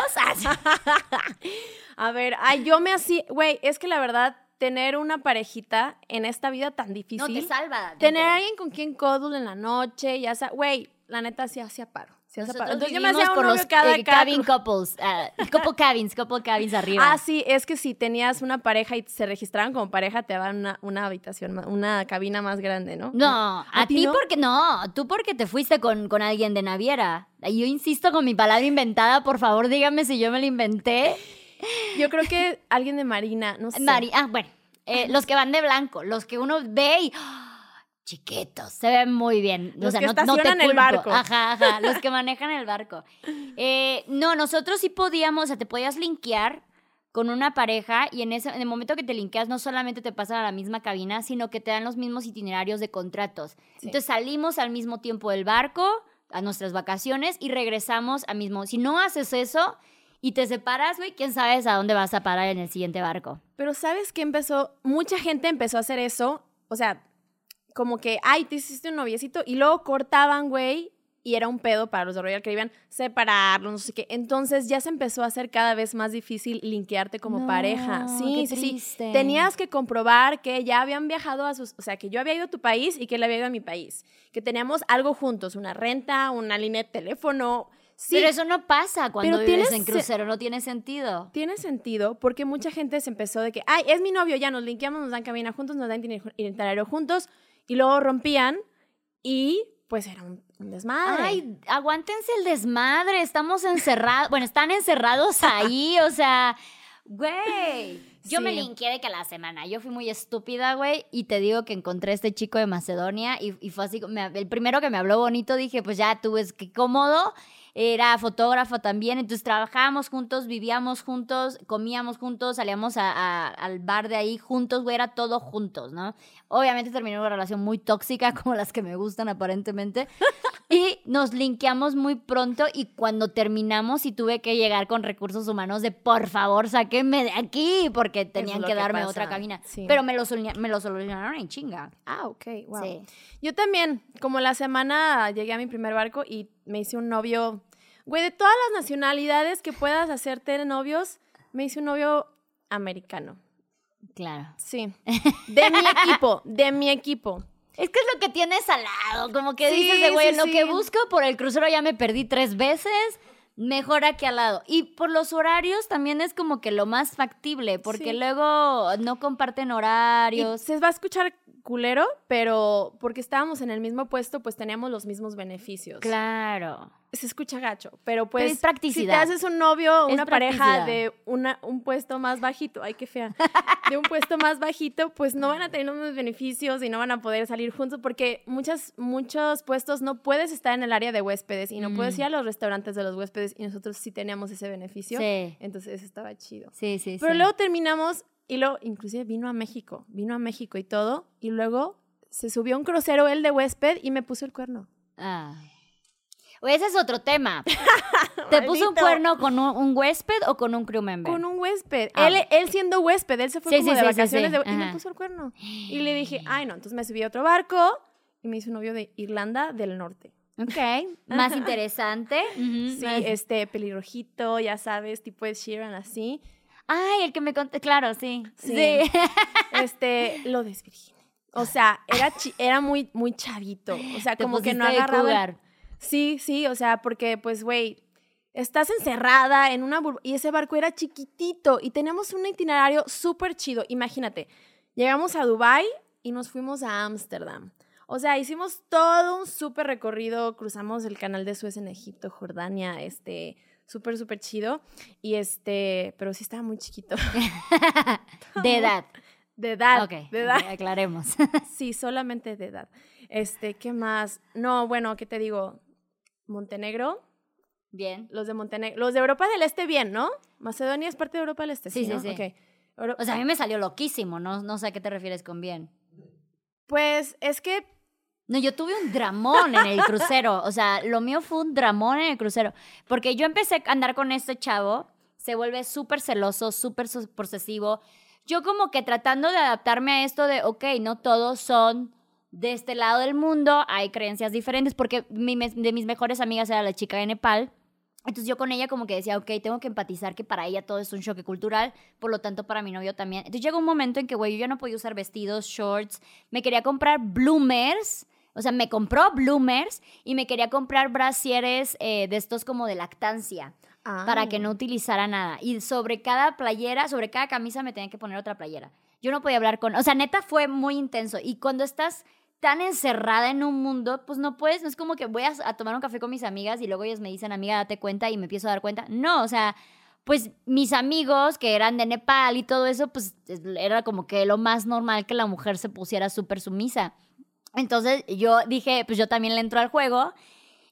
[SPEAKER 5] A ver, yo me hacía, güey, es que la verdad, tener una parejita en esta vida tan difícil.
[SPEAKER 4] No, te salva.
[SPEAKER 5] Tener a alguien con quien cuddle en la noche, ya sea, güey, la neta sí hacía paro.
[SPEAKER 4] Entonces yo me hacía por los cabin couples, couple cabins arriba.
[SPEAKER 5] Ah, sí, es que si tenías una pareja y se registraban como pareja, te daban una habitación, una cabina más grande, ¿no?
[SPEAKER 4] No, a ti no? Porque no, tú porque te fuiste con alguien de naviera. Yo insisto con mi palabra inventada, por favor, dígame si yo me la inventé.
[SPEAKER 5] Yo creo que alguien de Marina, no sé.
[SPEAKER 4] Bueno, los que van de blanco, los que uno ve y... chiquitos, se ven muy bien.
[SPEAKER 5] Los que estacionan el barco.
[SPEAKER 4] Ajá, los que manejan el barco. No, nosotros sí podíamos, o sea, te podías linkear con una pareja y en el momento que te linkeas no solamente te pasan a la misma cabina, sino que te dan los mismos itinerarios de contratos. Sí. Entonces salimos al mismo tiempo del barco, a nuestras vacaciones y regresamos al mismo. Si no haces eso y te separas, güey, quién sabe a dónde vas a parar en el siguiente barco.
[SPEAKER 5] Pero ¿sabes qué empezó? Mucha gente empezó a hacer eso, o sea, como que, ay, te hiciste un noviecito y luego cortaban, güey. Y era un pedo para los de Royal Caribbean separarlos, no sé qué. Entonces ya se empezó a hacer cada vez más difícil linkearte como pareja. Sí, sí. Tenías que comprobar que ya habían viajado a sus... O sea, que yo había ido a tu país y que él había ido a mi país. Que teníamos algo juntos, una renta, una línea de teléfono. Sí.
[SPEAKER 4] Pero eso no pasa cuando vives en crucero, no tiene sentido.
[SPEAKER 5] Tiene sentido porque mucha gente se empezó de que, ay, es mi novio, ya nos linkeamos, nos dan cabina juntos, nos dan itinerario juntos. Y luego rompían y pues era un desmadre.
[SPEAKER 4] Ay, aguántense el desmadre, estamos encerrados, bueno, están encerrados ahí, o sea, güey. Yo me linkeé de que la semana, yo fui muy estúpida, güey, y te digo que encontré a este chico de Macedonia y fue así, el primero que me habló bonito, dije, pues ya tú ves qué cómodo, era fotógrafo también, entonces trabajábamos juntos, vivíamos juntos, comíamos juntos, salíamos al bar de ahí juntos, güey, era todo juntos, ¿no? Obviamente terminó una relación muy tóxica, como las que me gustan aparentemente, y nos linkeamos muy pronto y cuando terminamos sí tuve que llegar con recursos humanos de, por favor, sáquenme de aquí, porque tenían que darme otra cabina. Sí. Pero me lo solucionaron en chinga.
[SPEAKER 5] Ah, ok, wow.
[SPEAKER 4] Sí.
[SPEAKER 5] Yo también, como la semana llegué a mi primer barco y me hice un novio, güey, de todas las nacionalidades que puedas hacerte novios, me hice un novio americano.
[SPEAKER 4] Claro.
[SPEAKER 5] Sí. De mi equipo.
[SPEAKER 4] Es que es lo que tienes al lado, como que dices de, güey, lo que busco por el crucero ya me perdí 3 veces, mejor aquí al lado. Y por los horarios también es como que lo más factible, porque luego no comparten horarios.
[SPEAKER 5] Y se va a escuchar culero, pero porque estábamos en el mismo puesto, pues teníamos los mismos beneficios.
[SPEAKER 4] Claro.
[SPEAKER 5] Se escucha gacho, pero pues
[SPEAKER 4] es practicidad.
[SPEAKER 5] Si te haces un novio, una pareja de un puesto más bajito, ay, qué fea, de un puesto más bajito, pues no van a tener los mismos beneficios y no van a poder salir juntos porque muchos puestos no puedes estar en el área de huéspedes y no puedes ir a los restaurantes de los huéspedes y nosotros sí teníamos ese beneficio.
[SPEAKER 4] Sí.
[SPEAKER 5] Entonces eso estaba chido.
[SPEAKER 4] Sí, sí,
[SPEAKER 5] pero luego terminamos y luego inclusive vino a México y todo y luego se subió a un crucero él de huésped y me puso el cuerno.
[SPEAKER 4] Ay. Ese es otro tema. ¿Te puso un cuerno con un huésped o con un crew member?
[SPEAKER 5] Con un huésped. Él siendo huésped, él se fue como de vacaciones y me puso el cuerno. Y le dije, ay no, entonces me subí a otro barco y me hice un novio de Irlanda del Norte.
[SPEAKER 4] Ok, más interesante.
[SPEAKER 5] Sí, pelirrojito, ya sabes, tipo Ed Sheeran, así.
[SPEAKER 4] Ay, el que me conté, claro, sí.
[SPEAKER 5] Lo desvirginé. O sea, era muy, muy chavito. O sea, como que no agarraba. Sí, o sea, porque pues, güey, estás encerrada en una burbuja y ese barco era chiquitito y teníamos un itinerario súper chido. Imagínate, llegamos a Dubái y nos fuimos a Ámsterdam. O sea, hicimos todo un súper recorrido, cruzamos el canal de Suez en Egipto, Jordania, súper, súper chido. Y pero sí estaba muy chiquito.
[SPEAKER 4] De edad.
[SPEAKER 5] De edad.
[SPEAKER 4] Ok,
[SPEAKER 5] de edad.
[SPEAKER 4] Aclaremos.
[SPEAKER 5] Sí, solamente de edad. ¿Qué más? No, bueno, ¿qué te digo? Montenegro.
[SPEAKER 4] Bien.
[SPEAKER 5] Los de Montenegro. Los de Europa del Este, bien, ¿no? Macedonia es parte de Europa del Este.
[SPEAKER 4] Sí.
[SPEAKER 5] Okay.
[SPEAKER 4] O sea, a mí me salió loquísimo, no sé a qué te refieres con bien.
[SPEAKER 5] Pues es que...
[SPEAKER 4] No, yo tuve un dramón en el crucero. O sea, lo mío fue un dramón en el crucero. Porque yo empecé a andar con este chavo, se vuelve súper celoso, súper posesivo. Yo como que tratando de adaptarme a esto de, ok, no todos son de este lado del mundo, hay creencias diferentes, porque de mis mejores amigas era la chica de Nepal. Entonces yo con ella como que decía, ok, tengo que empatizar que para ella todo es un choque cultural, por lo tanto para mi novio también. Entonces llegó un momento en que, güey, yo ya no podía usar vestidos, shorts, me quería comprar bloomers, o sea, me compró bloomers y me quería comprar brasieres de estos como de lactancia. Para que no utilizara nada. Y sobre cada playera, sobre cada camisa me tenía que poner otra playera. Yo no podía hablar con... O sea, neta fue muy intenso. Y cuando estás tan encerrada en un mundo, pues no puedes... No es como que voy a tomar un café con mis amigas y luego ellas me dicen, amiga, date cuenta, y me empiezo a dar cuenta. No, o sea, pues mis amigos que eran de Nepal y todo eso, pues era como que lo más normal que la mujer se pusiera súper sumisa. Entonces yo dije, pues yo también le entro al juego.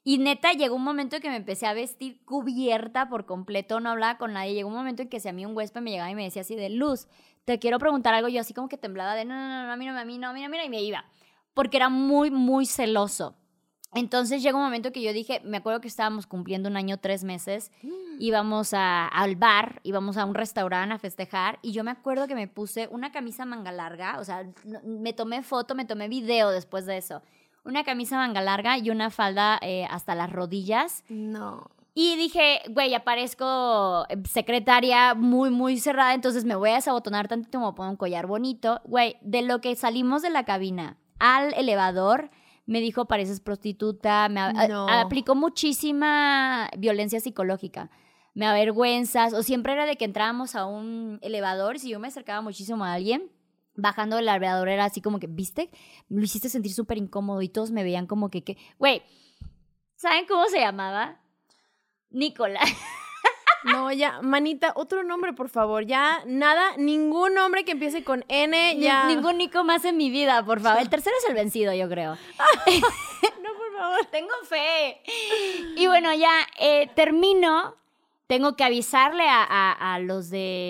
[SPEAKER 4] Y neta, llegó un momento en que me empecé a vestir cubierta por completo, no hablaba con nadie. Llegó un momento en que si a mí un huésped me llegaba y me decía así de, Luz, te quiero preguntar algo, yo así como que temblaba de, no, a mí no, mira, y me iba. Porque era muy, muy celoso. Entonces llegó un momento que yo dije, me acuerdo que estábamos cumpliendo 1 año, 3 meses, íbamos al bar, íbamos a un restaurante a festejar, y yo me acuerdo que me puse una camisa manga larga, o sea, me tomé foto, me tomé video después de eso, una camisa manga larga y una falda hasta las rodillas.
[SPEAKER 5] No.
[SPEAKER 4] Y dije, güey, ya parezco secretaria muy, muy cerrada, entonces me voy a desabotonar tantito, me voy a poner un collar bonito. Güey, de lo que salimos de la cabina al elevador, me dijo, pareces prostituta, aplicó muchísima violencia psicológica. Me avergüenzas, o siempre era de que entrábamos a un elevador y si yo me acercaba muchísimo a alguien, bajando del elevador era así como que, ¿viste? Lo hiciste sentir súper incómodo y todos me veían como que, güey, ¿saben cómo se llamaba? Nicolás.
[SPEAKER 5] No, ya, manita, otro nombre, por favor. Ya, nada, ningún nombre que empiece con N, ya.
[SPEAKER 4] Ningún Nico más en mi vida, por favor. El tercero es el vencido, yo creo.
[SPEAKER 5] No, por favor.
[SPEAKER 4] Tengo fe. Y bueno, ya termino. Tengo que avisarle a los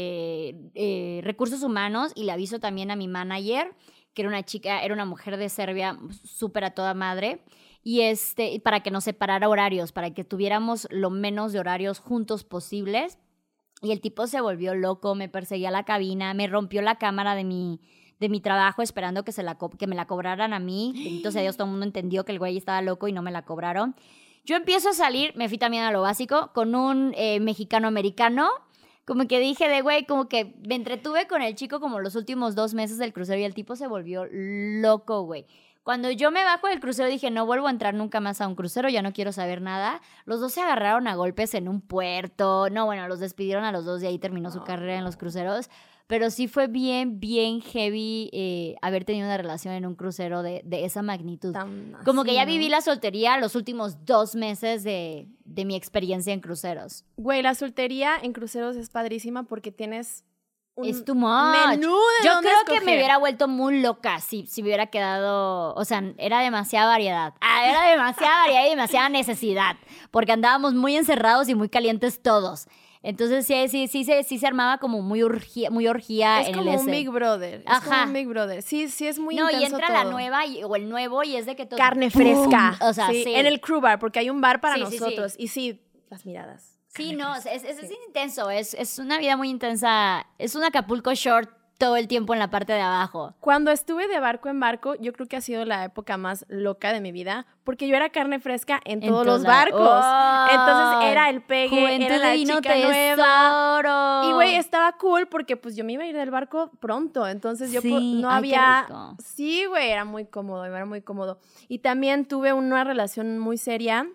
[SPEAKER 4] de recursos humanos y le aviso también a mi manager, que era una chica, era una mujer de Serbia súper a toda madre. Y para que nos separara horarios, para que tuviéramos lo menos de horarios juntos posibles. Y el tipo se volvió loco, me perseguía a la cabina, me rompió la cámara de mi trabajo esperando que me la cobraran a mí. Bendito sea Dios, todo el mundo entendió que el güey estaba loco y no me la cobraron. Yo empiezo a salir, me fui también a lo básico, con un mexicano-americano. Como que dije de güey, como que me entretuve con el chico como los últimos 2 meses del crucero y el tipo se volvió loco, güey. Cuando yo me bajo del crucero dije, no vuelvo a entrar nunca más a un crucero, ya no quiero saber nada. Los dos se agarraron a golpes en un puerto. No, bueno, los despidieron a los dos y ahí terminó su carrera en los cruceros. Pero sí fue bien, bien heavy haber tenido una relación en un crucero de esa magnitud. Como que ya viví la soltería los últimos 2 meses de mi experiencia en cruceros.
[SPEAKER 5] Güey, la soltería en cruceros es padrísima porque tienes
[SPEAKER 4] es too much.
[SPEAKER 5] Menú de
[SPEAKER 4] Yo creo
[SPEAKER 5] escoger.
[SPEAKER 4] que me hubiera vuelto muy loca si me hubiera quedado, o sea, era demasiada variedad. Era demasiada variedad y demasiada necesidad, porque andábamos muy encerrados y muy calientes todos. Entonces sí se armaba como muy orgía
[SPEAKER 5] es
[SPEAKER 4] en
[SPEAKER 5] como
[SPEAKER 4] el
[SPEAKER 5] un Big Brother. Es como un Big Brother. Sí, es muy intenso.
[SPEAKER 4] No, y entra
[SPEAKER 5] todo.
[SPEAKER 4] la nueva o el nuevo y es de que todo...
[SPEAKER 5] Carne fresca.
[SPEAKER 4] O sea, sí.
[SPEAKER 5] En el crew bar, porque hay un bar para
[SPEAKER 4] Sí,
[SPEAKER 5] nosotros.
[SPEAKER 4] sí.
[SPEAKER 5] Y sí, las miradas.
[SPEAKER 4] Sí, no, es intenso, es una vida muy intensa, es un Acapulco Short todo el tiempo en la parte de abajo.
[SPEAKER 5] Cuando estuve de barco en barco, yo creo que ha sido la época más loca de mi vida, porque yo era carne fresca en todos los barcos.
[SPEAKER 4] Oh,
[SPEAKER 5] entonces era el pegue, era la chica nueva. Y güey, estaba cool porque pues yo me iba a ir del barco pronto, entonces yo no había... Sí, güey, era muy cómodo. Y también tuve una relación muy seria.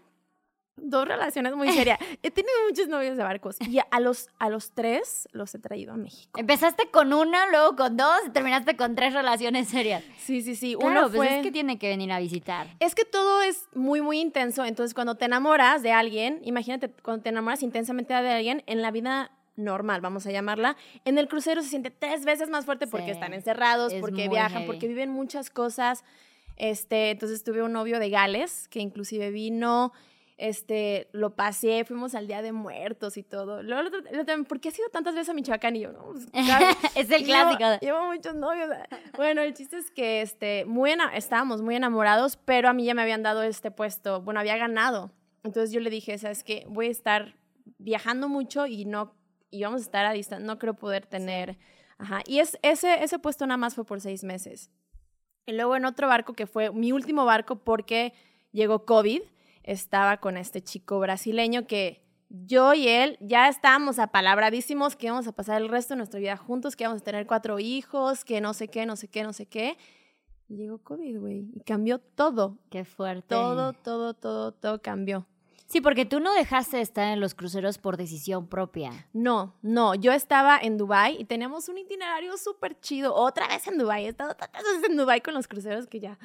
[SPEAKER 5] 2 relaciones muy serias. He tenido muchos novios de barcos y a los 3 los he traído a México.
[SPEAKER 4] Empezaste con 1, luego con 2 y terminaste con 3 relaciones serias.
[SPEAKER 5] Sí.
[SPEAKER 4] Claro,
[SPEAKER 5] Uno fue...
[SPEAKER 4] pues es que tiene que venir a visitar.
[SPEAKER 5] Es que todo es muy, muy intenso. Entonces, cuando te enamoras de alguien, imagínate, cuando te enamoras intensamente de alguien, en la vida normal, vamos a llamarla, en el crucero se siente 3 veces más fuerte porque están encerrados, porque viajan, porque viven muchas cosas. Entonces, tuve un novio de Gales que inclusive vino... lo pasé, fuimos al Día de Muertos y todo. Luego, ¿por qué has ido tantas veces a Michoacán? Y yo, no, pues, claro,
[SPEAKER 4] es el clásico.
[SPEAKER 5] Llevo muchos novios. Bueno, el chiste es que estábamos muy enamorados, pero a mí ya me habían dado este puesto. Bueno, había ganado. Entonces yo le dije, ¿sabes qué? Voy a estar viajando mucho y vamos a estar a distancia. No creo poder tener... Ajá. Y ese puesto nada más fue por 6 meses. Y luego en otro barco, que fue mi último barco porque llegó COVID, estaba con este chico brasileño que yo y él ya estábamos apalabradísimos que íbamos a pasar el resto de nuestra vida juntos, que íbamos a tener 4 hijos, que no sé qué. Y llegó COVID, güey, y cambió todo.
[SPEAKER 4] Qué fuerte.
[SPEAKER 5] Todo cambió.
[SPEAKER 4] Sí, porque tú no dejaste de estar en los cruceros por decisión propia.
[SPEAKER 5] No, yo estaba en Dubái y teníamos un itinerario súper chido. Otra vez en Dubái, he estado tantas veces en Dubái con los cruceros que ya...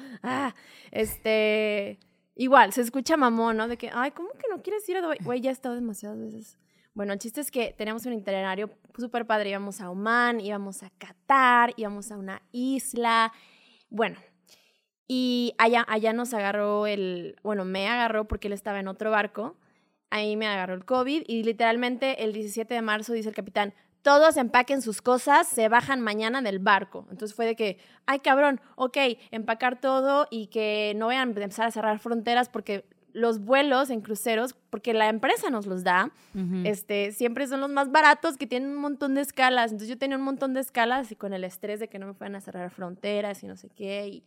[SPEAKER 5] Igual, se escucha mamón, ¿no? De que, ay, ¿cómo que no quieres ir a Dubái? Güey, ya he estado demasiadas veces. Bueno, el chiste es que teníamos un itinerario súper padre. Íbamos a Omán, íbamos a Qatar, íbamos a una isla. Bueno, Y allá nos agarró me agarró porque él estaba en otro barco. Ahí me agarró el COVID y literalmente el 17 de marzo dice el capitán, todos empaquen sus cosas, se bajan mañana del barco. Entonces fue de que, ay cabrón, ok, empacar todo y que no vayan a empezar a cerrar fronteras porque los vuelos en cruceros, porque la empresa nos los da, siempre son los más baratos que tienen un montón de escalas. Entonces yo tenía un montón de escalas y con el estrés de que no me fueran a cerrar fronteras y no sé qué.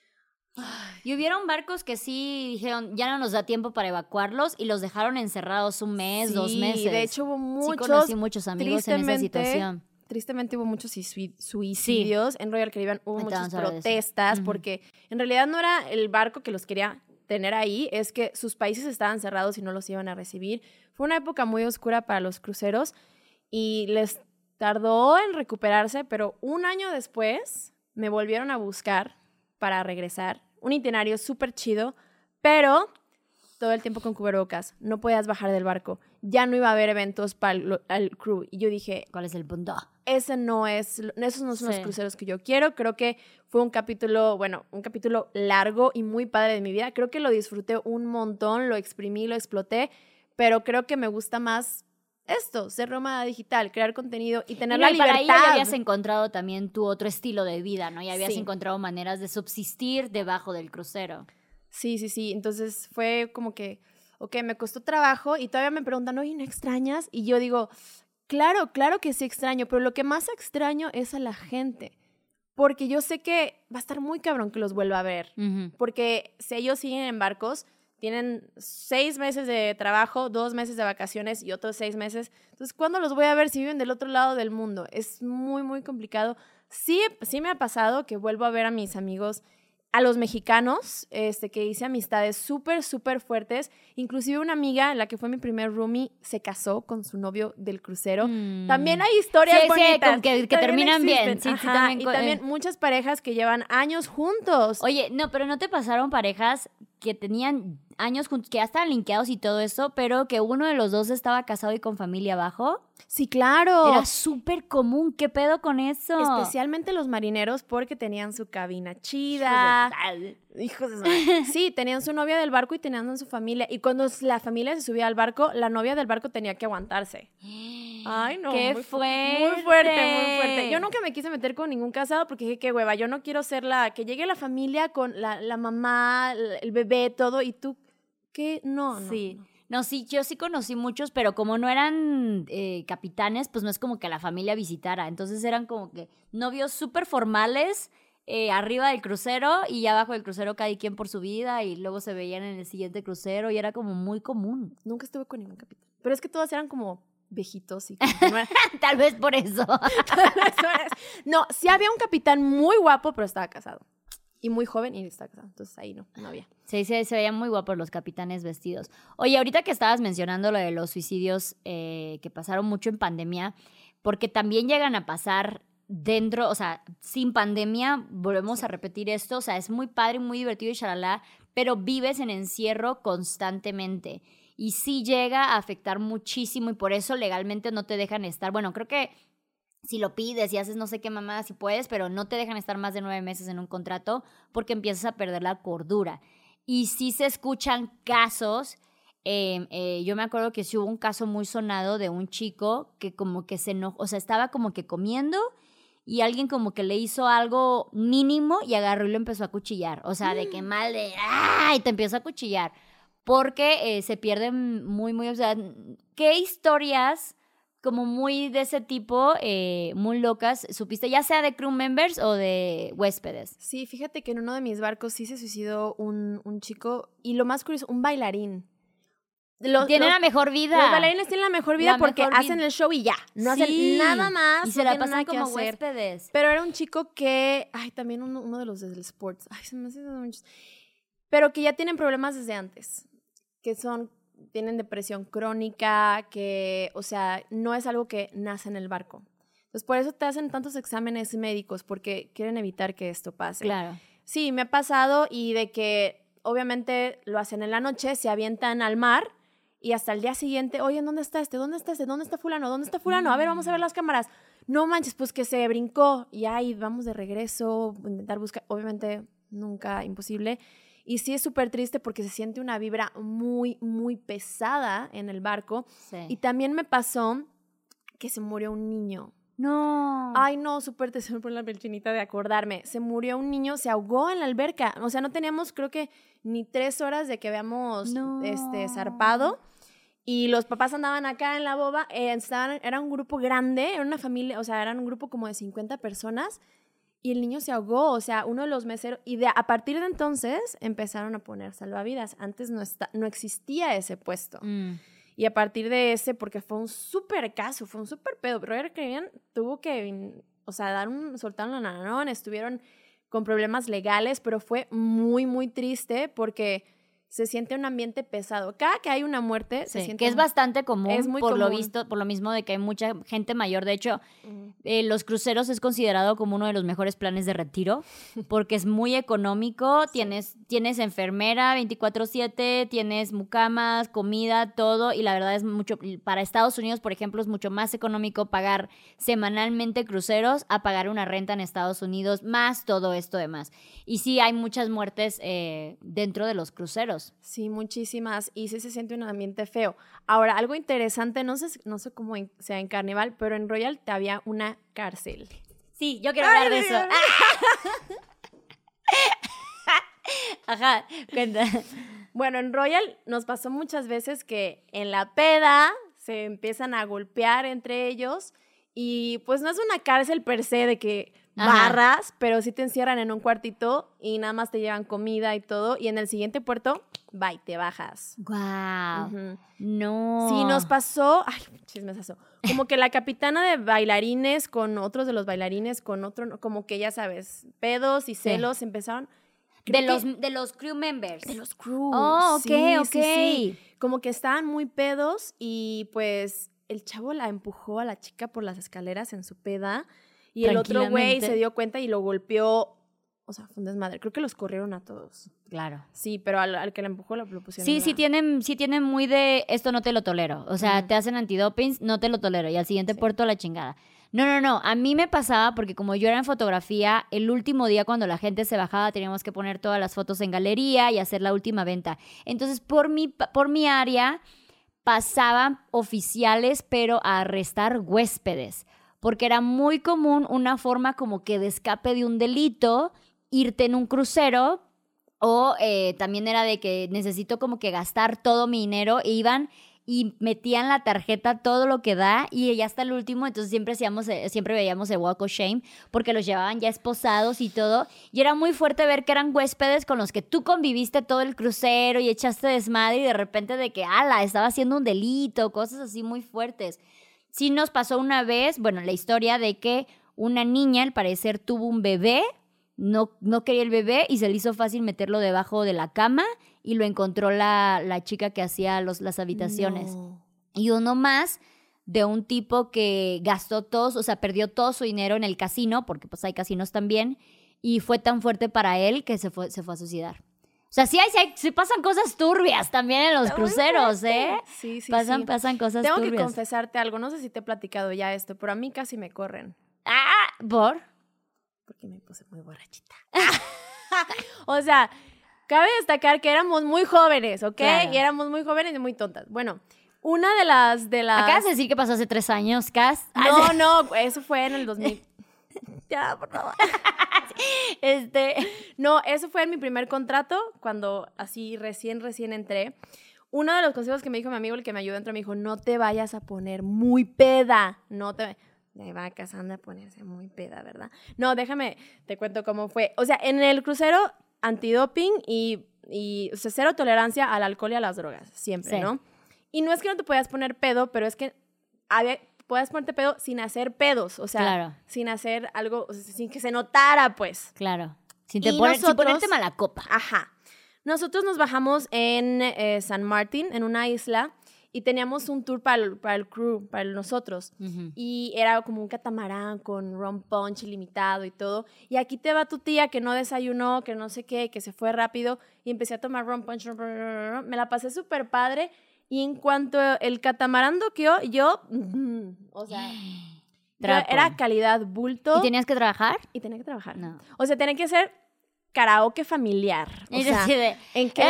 [SPEAKER 4] Y hubieron barcos que sí dijeron, ya no nos da tiempo para evacuarlos y los dejaron encerrados un mes,
[SPEAKER 5] Sí,
[SPEAKER 4] 2 meses.
[SPEAKER 5] De hecho hubo muchos.
[SPEAKER 4] Sí conocí muchos amigos en esa situación.
[SPEAKER 5] Tristemente hubo muchos suicidios. En Royal Caribbean hubo muchas protestas porque en realidad no era el barco que los quería tener ahí, es que sus países estaban cerrados y no los iban a recibir. Fue una época muy oscura para los cruceros y les tardó en recuperarse, pero un año después me volvieron a buscar para regresar. Un itinerario súper chido, pero todo el tiempo con cubrebocas. No podías bajar del barco. Ya no iba a haber eventos para el crew. Y yo dije,
[SPEAKER 4] ¿cuál es el punto?
[SPEAKER 5] Esos no son los cruceros que yo quiero. Creo que fue un capítulo largo y muy padre de mi vida. Creo que lo disfruté un montón, lo exprimí, lo exploté, pero creo que me gusta más ser nómada digital, crear contenido y tener la libertad.
[SPEAKER 4] Para ahí ya habías encontrado también tu otro estilo de vida, ¿no? Ya habías encontrado maneras de subsistir debajo del crucero.
[SPEAKER 5] Sí. Entonces fue como que, ok, me costó trabajo y todavía me preguntan, oye, ¿no extrañas? Y yo digo, claro que sí extraño, pero lo que más extraño es a la gente. Porque yo sé que va a estar muy cabrón que los vuelva a ver. Porque si ellos siguen en barcos, tienen 6 meses de trabajo, 2 meses de vacaciones y otros 6 meses. Entonces, ¿cuándo los voy a ver si viven del otro lado del mundo? Es muy, muy complicado. Sí me ha pasado que vuelvo a ver a mis amigos, a los mexicanos, que hice amistades súper, súper fuertes. Inclusive una amiga, la que fue mi primer roomie, se casó con su novio del crucero. También hay historias bonitas.
[SPEAKER 4] Sí, que terminan bien. Sí, también,
[SPEAKER 5] y también muchas parejas que llevan años juntos.
[SPEAKER 4] Oye, no, pero ¿no te pasaron parejas que tenían años juntos, que ya estaban linkeados y todo eso, pero que uno de los dos estaba casado y con familia abajo?
[SPEAKER 5] Sí, claro.
[SPEAKER 4] Era súper común. ¿Qué pedo con eso?
[SPEAKER 5] Especialmente los marineros porque tenían su cabina chida. Hijos de madre. Sí, tenían su novia del barco y tenían su familia. Y cuando la familia se subía al barco, la novia del barco tenía que aguantarse. Ay, no.
[SPEAKER 4] ¡Qué fuerte!
[SPEAKER 5] Muy fuerte. Yo nunca me quise meter con ningún casado porque dije, qué hueva, yo no quiero ser que llegue la familia con la mamá, el bebé, todo, y tú, ¿qué? No.
[SPEAKER 4] No, sí, yo sí conocí muchos, pero como no eran capitanes, pues no es como que la familia visitara. Entonces eran como que novios súper formales arriba del crucero y abajo del crucero cada quien por su vida y luego se veían en el siguiente crucero y era como muy común.
[SPEAKER 5] Nunca estuve con ningún capitán. Pero es que todos eran como viejitos y
[SPEAKER 4] Tal vez por eso.
[SPEAKER 5] No, sí había un capitán muy guapo, pero estaba casado. Y muy joven y estaba casado. Entonces ahí no había.
[SPEAKER 4] Sí, se veían muy guapos los capitanes vestidos. Oye, ahorita que estabas mencionando lo de los suicidios que pasaron mucho en pandemia, porque también llegan a pasar dentro, o sea, sin pandemia, volvemos a repetir esto, o sea, es muy padre, muy divertido y shalala, pero vives en encierro constantemente. Y sí llega a afectar muchísimo y por eso legalmente no te dejan estar. Bueno, creo que si lo pides y haces no sé qué mamada, si puedes, pero no te dejan estar más de 9 meses en un contrato porque empiezas a perder la cordura. Y sí se escuchan casos, yo me acuerdo que sí hubo un caso muy sonado de un chico que como que se enojó, o sea, estaba como que comiendo y alguien como que le hizo algo mínimo y agarró y lo empezó a cuchillar. O sea, de que mal de ¡ay! Te empieza a cuchillar. Porque se pierden muy, o sea, ¿qué historias como muy de ese tipo, muy locas, supiste, ya sea de crew members o de huéspedes?
[SPEAKER 5] Sí, fíjate que en uno de mis barcos sí se suicidó un chico, y lo más curioso, un bailarín.
[SPEAKER 4] Tienen la mejor vida.
[SPEAKER 5] Los bailarines tienen la mejor vida porque hacen el show y ya. No hacen nada más.
[SPEAKER 4] Y se la pasan como huéspedes.
[SPEAKER 5] Pero era un chico que, también uno de los del sports. Se me hace muchos. Pero que ya tienen problemas desde antes. Tienen depresión crónica, que, o sea, no es algo que nace en el barco. Entonces, por eso te hacen tantos exámenes médicos, porque quieren evitar que esto pase.
[SPEAKER 4] Claro.
[SPEAKER 5] Sí, me ha pasado, y de que obviamente lo hacen en la noche, se avientan al mar, y hasta el día siguiente, oye, ¿dónde está este? ¿Dónde está este? ¿Dónde está fulano? ¿Dónde está fulano? A ver, vamos a ver las cámaras. No manches, pues que se brincó, y ahí vamos de regreso, intentar buscar, obviamente nunca, imposible. Y sí es súper triste porque se siente una vibra muy, muy pesada en el barco.
[SPEAKER 4] Sí.
[SPEAKER 5] Y también me pasó que se murió un niño.
[SPEAKER 4] No.
[SPEAKER 5] Ay, no, súper te se me pone la piel chinita de acordarme. Se murió un niño, se ahogó en la alberca. O sea, no teníamos, creo que, ni 3 horas de que habíamos zarpado. Y los papás andaban acá en la boba. Era un grupo grande, era una familia, o sea, eran un grupo como de 50 personas. Y el niño se ahogó, o sea, uno de los meseros. Y a partir de entonces empezaron a poner salvavidas. Antes no existía ese puesto. Y a partir de ese, porque fue un súper caso, fue un súper pedo. Roger Caribbean tuvo que, o sea, soltaron la nanón, estuvieron con problemas legales, pero fue muy, muy triste porque se siente un ambiente pesado. Cada que hay una muerte, se siente...
[SPEAKER 4] Que es bastante común,
[SPEAKER 5] es muy
[SPEAKER 4] por
[SPEAKER 5] común.
[SPEAKER 4] lo visto, por lo mismo de que hay mucha gente mayor. De hecho, los cruceros es considerado como uno de los mejores planes de retiro porque es muy económico, tienes enfermera 24/7, tienes mucamas, comida, todo, y la verdad es mucho, para Estados Unidos, por ejemplo, es mucho más económico pagar semanalmente cruceros a pagar una renta en Estados Unidos, más todo esto demás. Y sí, hay muchas muertes dentro de los cruceros.
[SPEAKER 5] Sí, muchísimas. Y sí se siente un ambiente feo. Ahora, algo interesante, no sé cómo sea en Carnival, pero en Royal te había una cárcel.
[SPEAKER 4] Sí, yo quiero hablar de eso. Ajá, cuenta.
[SPEAKER 5] Bueno, en Royal nos pasó muchas veces que en la peda se empiezan a golpear entre ellos y pues no es una cárcel per se de que barras, pero sí te encierran en un cuartito y nada más te llevan comida y todo y en el siguiente puerto, bye, te bajas.
[SPEAKER 4] Wow. No.
[SPEAKER 5] Sí, nos pasó, ay, chismesazo, como que la capitana de bailarines con otros de los bailarines con otro, como que ya sabes, pedos y celos empezaron.
[SPEAKER 4] De los crew members.
[SPEAKER 5] De los crew.
[SPEAKER 4] Oh, ok,
[SPEAKER 5] sí,
[SPEAKER 4] ok.
[SPEAKER 5] Sí. Como que estaban muy pedos y pues el chavo la empujó a la chica por las escaleras en su peda y el otro güey se dio cuenta y lo golpeó. O sea, fue un desmadre. Creo que los corrieron a todos.
[SPEAKER 4] Claro.
[SPEAKER 5] Sí, pero al que la empujó lo pusieron.
[SPEAKER 4] Sí tienen muy de esto no te lo tolero. O sea, te hacen antidopings, no te lo tolero. Y al siguiente puerto la chingada. No. A mí me pasaba porque como yo era en fotografía, el último día cuando la gente se bajaba teníamos que poner todas las fotos en galería y hacer la última venta. Entonces, por mi área pasaban oficiales, pero a arrestar huéspedes. Porque era muy común una forma como que de escape de un delito, irte en un crucero o también era de que necesito como que gastar todo mi dinero e iban y metían la tarjeta todo lo que da y ya hasta el último, entonces siempre veíamos el Walk of Shame porque los llevaban ya esposados y todo y era muy fuerte ver que eran huéspedes con los que tú conviviste todo el crucero y echaste desmadre y de repente de que estaba haciendo un delito, cosas así muy fuertes. Sí nos pasó una vez, bueno, la historia de que una niña al parecer tuvo un bebé, no quería el bebé y se le hizo fácil meterlo debajo de la cama y lo encontró la chica que hacía las habitaciones. No. Y uno más de un tipo que gastó todos, o sea, perdió todo su dinero en el casino, porque pues hay casinos también, y fue tan fuerte para él que se fue a suicidar. O sea, sí pasan cosas turbias también en los cruceros, ¿eh?
[SPEAKER 5] Sí.
[SPEAKER 4] Pasan cosas turbias.
[SPEAKER 5] Tengo que confesarte algo, no sé si te he platicado ya esto, pero a mí casi me corren.
[SPEAKER 4] ¿Por?
[SPEAKER 5] Porque me puse muy borrachita. O sea, cabe destacar que éramos muy jóvenes, ¿ok? Claro. Y éramos muy jóvenes y muy tontas. Bueno, una de las...
[SPEAKER 4] Acabas de decir que pasó hace 3 años, Cass.
[SPEAKER 5] No, eso fue en el 2000. Ya, por favor. No, eso fue en mi primer contrato, cuando así recién entré. Uno de los consejos que me dijo mi amigo, el que me ayudó a entrar, me dijo, no te vayas a poner muy peda. Ahí va Cassandra a ponerse muy peda, ¿verdad? No, déjame, te cuento cómo fue. O sea, en el crucero, antidoping y o sea, cero tolerancia al alcohol y a las drogas, siempre, ¿no? Y no es que no te puedas poner pedo, pero es que puedes ponerte pedo sin hacer pedos, o sea, sin hacer algo, o sea, sin que se notara, pues.
[SPEAKER 4] Claro, sin ponerte mala copa.
[SPEAKER 5] Ajá. Nosotros nos bajamos en San Martín, en una isla, y teníamos un tour para el crew, para nosotros. Uh-huh. Y era como un catamarán con rum punch ilimitado y todo. Y aquí te va tu tía que no desayunó, que no sé qué, que se fue rápido. Y empecé a tomar rum punch. Me la pasé súper padre. Y en cuanto el catamarán doqueó, o sea, era calidad bulto.
[SPEAKER 4] ¿Y tenías que trabajar?
[SPEAKER 5] Y tenía que trabajar.
[SPEAKER 4] No.
[SPEAKER 5] O sea, tenía que ser karaoke familiar. O
[SPEAKER 4] Y
[SPEAKER 5] sea,
[SPEAKER 4] decide,
[SPEAKER 5] en que...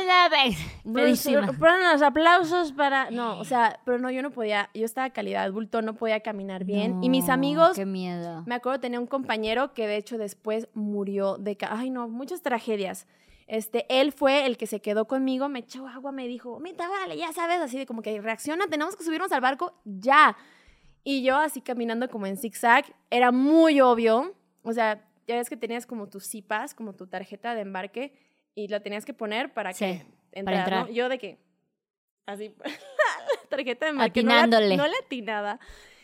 [SPEAKER 4] Pedísima.
[SPEAKER 5] Ponen los aplausos para... No, o sea, pero no, yo no podía. Yo estaba calidad bulto, no podía caminar bien. Y mis
[SPEAKER 4] No,
[SPEAKER 5] amigos...
[SPEAKER 4] Qué miedo.
[SPEAKER 5] Me acuerdo, tenía un compañero que de hecho después murió de... Ay, no, muchas tragedias. Él fue el que se quedó conmigo, me echó agua, me dijo, Mita, vale, ya sabes, así de como que reacciona, tenemos que subirnos al barco, ya. Y yo así caminando como en zigzag, era muy obvio, o sea, ya ves que tenías como tus zipas, como tu tarjeta de embarque, y la tenías que poner para que
[SPEAKER 4] para entrar.
[SPEAKER 5] ¿no? Yo de que, así, la tarjeta de embarque,
[SPEAKER 4] Atinándole.
[SPEAKER 5] no le atinaba.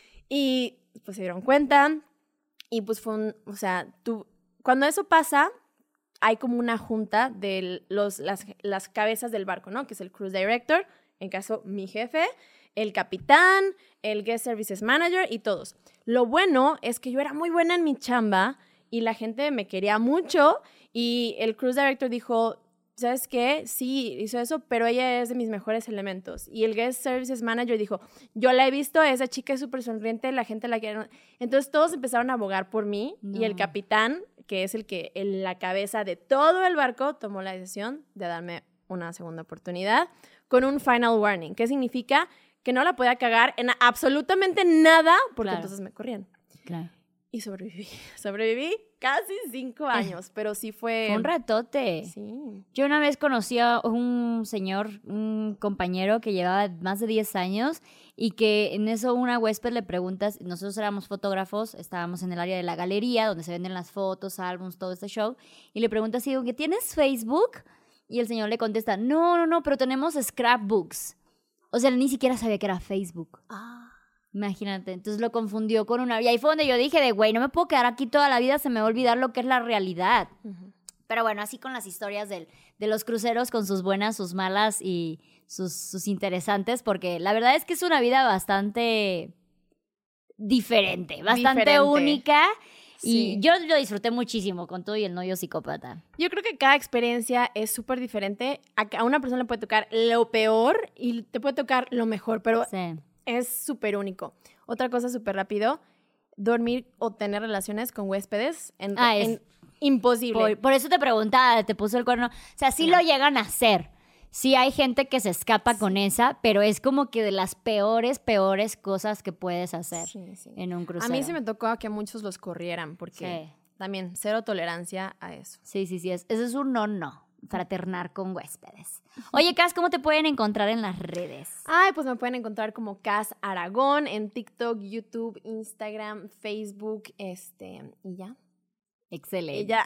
[SPEAKER 5] Y pues se dieron cuenta, y pues fue o sea, cuando eso pasa, hay como una junta de las cabezas del barco, ¿no? Que es el cruise director, en caso mi jefe, el capitán, el guest services manager y todos. Lo bueno es que yo era muy buena en mi chamba y la gente me quería mucho y el cruise director dijo, ¿sabes qué? Sí, hizo eso, pero ella es de mis mejores elementos. Y el guest services manager dijo, yo la he visto, esa chica es súper sonriente, la gente la quiere. Entonces todos empezaron a abogar por mí y el capitán, que es la cabeza de todo el barco, tomó la decisión de darme una segunda oportunidad con un final warning. ¿Qué significa? Que no la podía cagar en absolutamente nada porque entonces me corrían. Claro. Y sobreviví casi 5 años, pero sí fue...
[SPEAKER 4] Fue un ratote.
[SPEAKER 5] Sí.
[SPEAKER 4] Yo una vez conocí a un señor, un compañero que llevaba más de 10 años y que en eso una huésped le pregunta, nosotros éramos fotógrafos, estábamos en el área de la galería donde se venden las fotos, álbums, todo este show, y le pregunta así, ¿tienes Facebook? Y el señor le contesta, no, pero tenemos scrapbooks. O sea, él ni siquiera sabía que era Facebook. Imagínate, entonces lo confundió con una... Y ahí fue donde yo dije güey, no me puedo quedar aquí toda la vida, se me va a olvidar lo que es la realidad. Uh-huh. Pero bueno, así con las historias de los cruceros, con sus buenas, sus malas y sus interesantes, porque la verdad es que es una vida bastante diferente, bastante única. Sí. Y yo lo disfruté muchísimo con todo y el novio psicópata.
[SPEAKER 5] Yo creo que cada experiencia es súper diferente. A una persona le puede tocar lo peor y te puede tocar lo mejor, pero... Sí. Es súper único. Otra cosa súper rápido, dormir o tener relaciones con huéspedes es imposible.
[SPEAKER 4] Por eso te preguntaba, te puso el cuerno. O sea, sí lo llegan a hacer. Sí hay gente que se escapa con esa, pero es como que de las peores cosas que puedes hacer en un crucero.
[SPEAKER 5] A mí sí me tocó que muchos los corrieran porque también cero tolerancia a eso.
[SPEAKER 4] Sí. Eso es un no. Fraternar con huéspedes. Oye, Cas, ¿cómo te pueden encontrar en las redes?
[SPEAKER 5] Pues me pueden encontrar como Cas Aragón en TikTok, YouTube, Instagram, Facebook, y ya.
[SPEAKER 4] Excelente.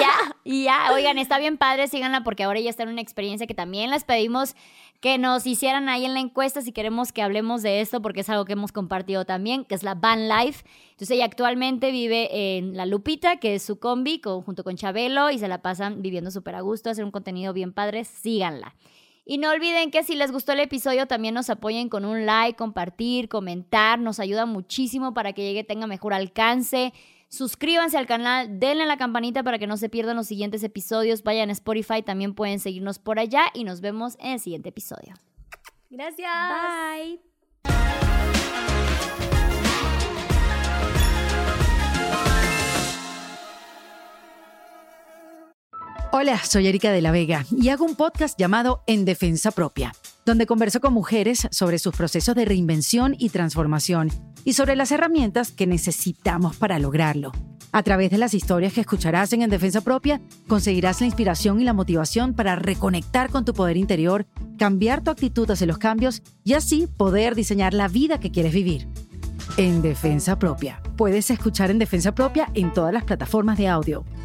[SPEAKER 4] Y ya. Oigan, está bien padre, síganla porque ahora ya está en una experiencia que también les pedimos que nos hicieran ahí en la encuesta si queremos que hablemos de esto porque es algo que hemos compartido también, que es la van life. Entonces ella actualmente vive en La Lupita, que es su combi, junto con Chabelo, y se la pasan viviendo súper a gusto, hacer un contenido bien padre, síganla. Y no olviden que si les gustó el episodio también nos apoyen con un like, compartir, comentar, nos ayuda muchísimo para que llegue, tenga mejor alcance. Suscríbanse al canal, denle a la campanita para que no se pierdan los siguientes episodios. Vayan a Spotify, también pueden seguirnos por allá y nos vemos en el siguiente episodio.
[SPEAKER 5] Gracias.
[SPEAKER 4] Bye.
[SPEAKER 6] Hola, soy Erika de la Vega y hago un podcast llamado En Defensa Propia, donde converso con mujeres sobre sus procesos de reinvención y transformación y sobre las herramientas que necesitamos para lograrlo. A través de las historias que escucharás en Defensa Propia, conseguirás la inspiración y la motivación para reconectar con tu poder interior, cambiar tu actitud hacia los cambios y así poder diseñar la vida que quieres vivir. En Defensa Propia. Puedes escuchar En Defensa Propia en todas las plataformas de audio.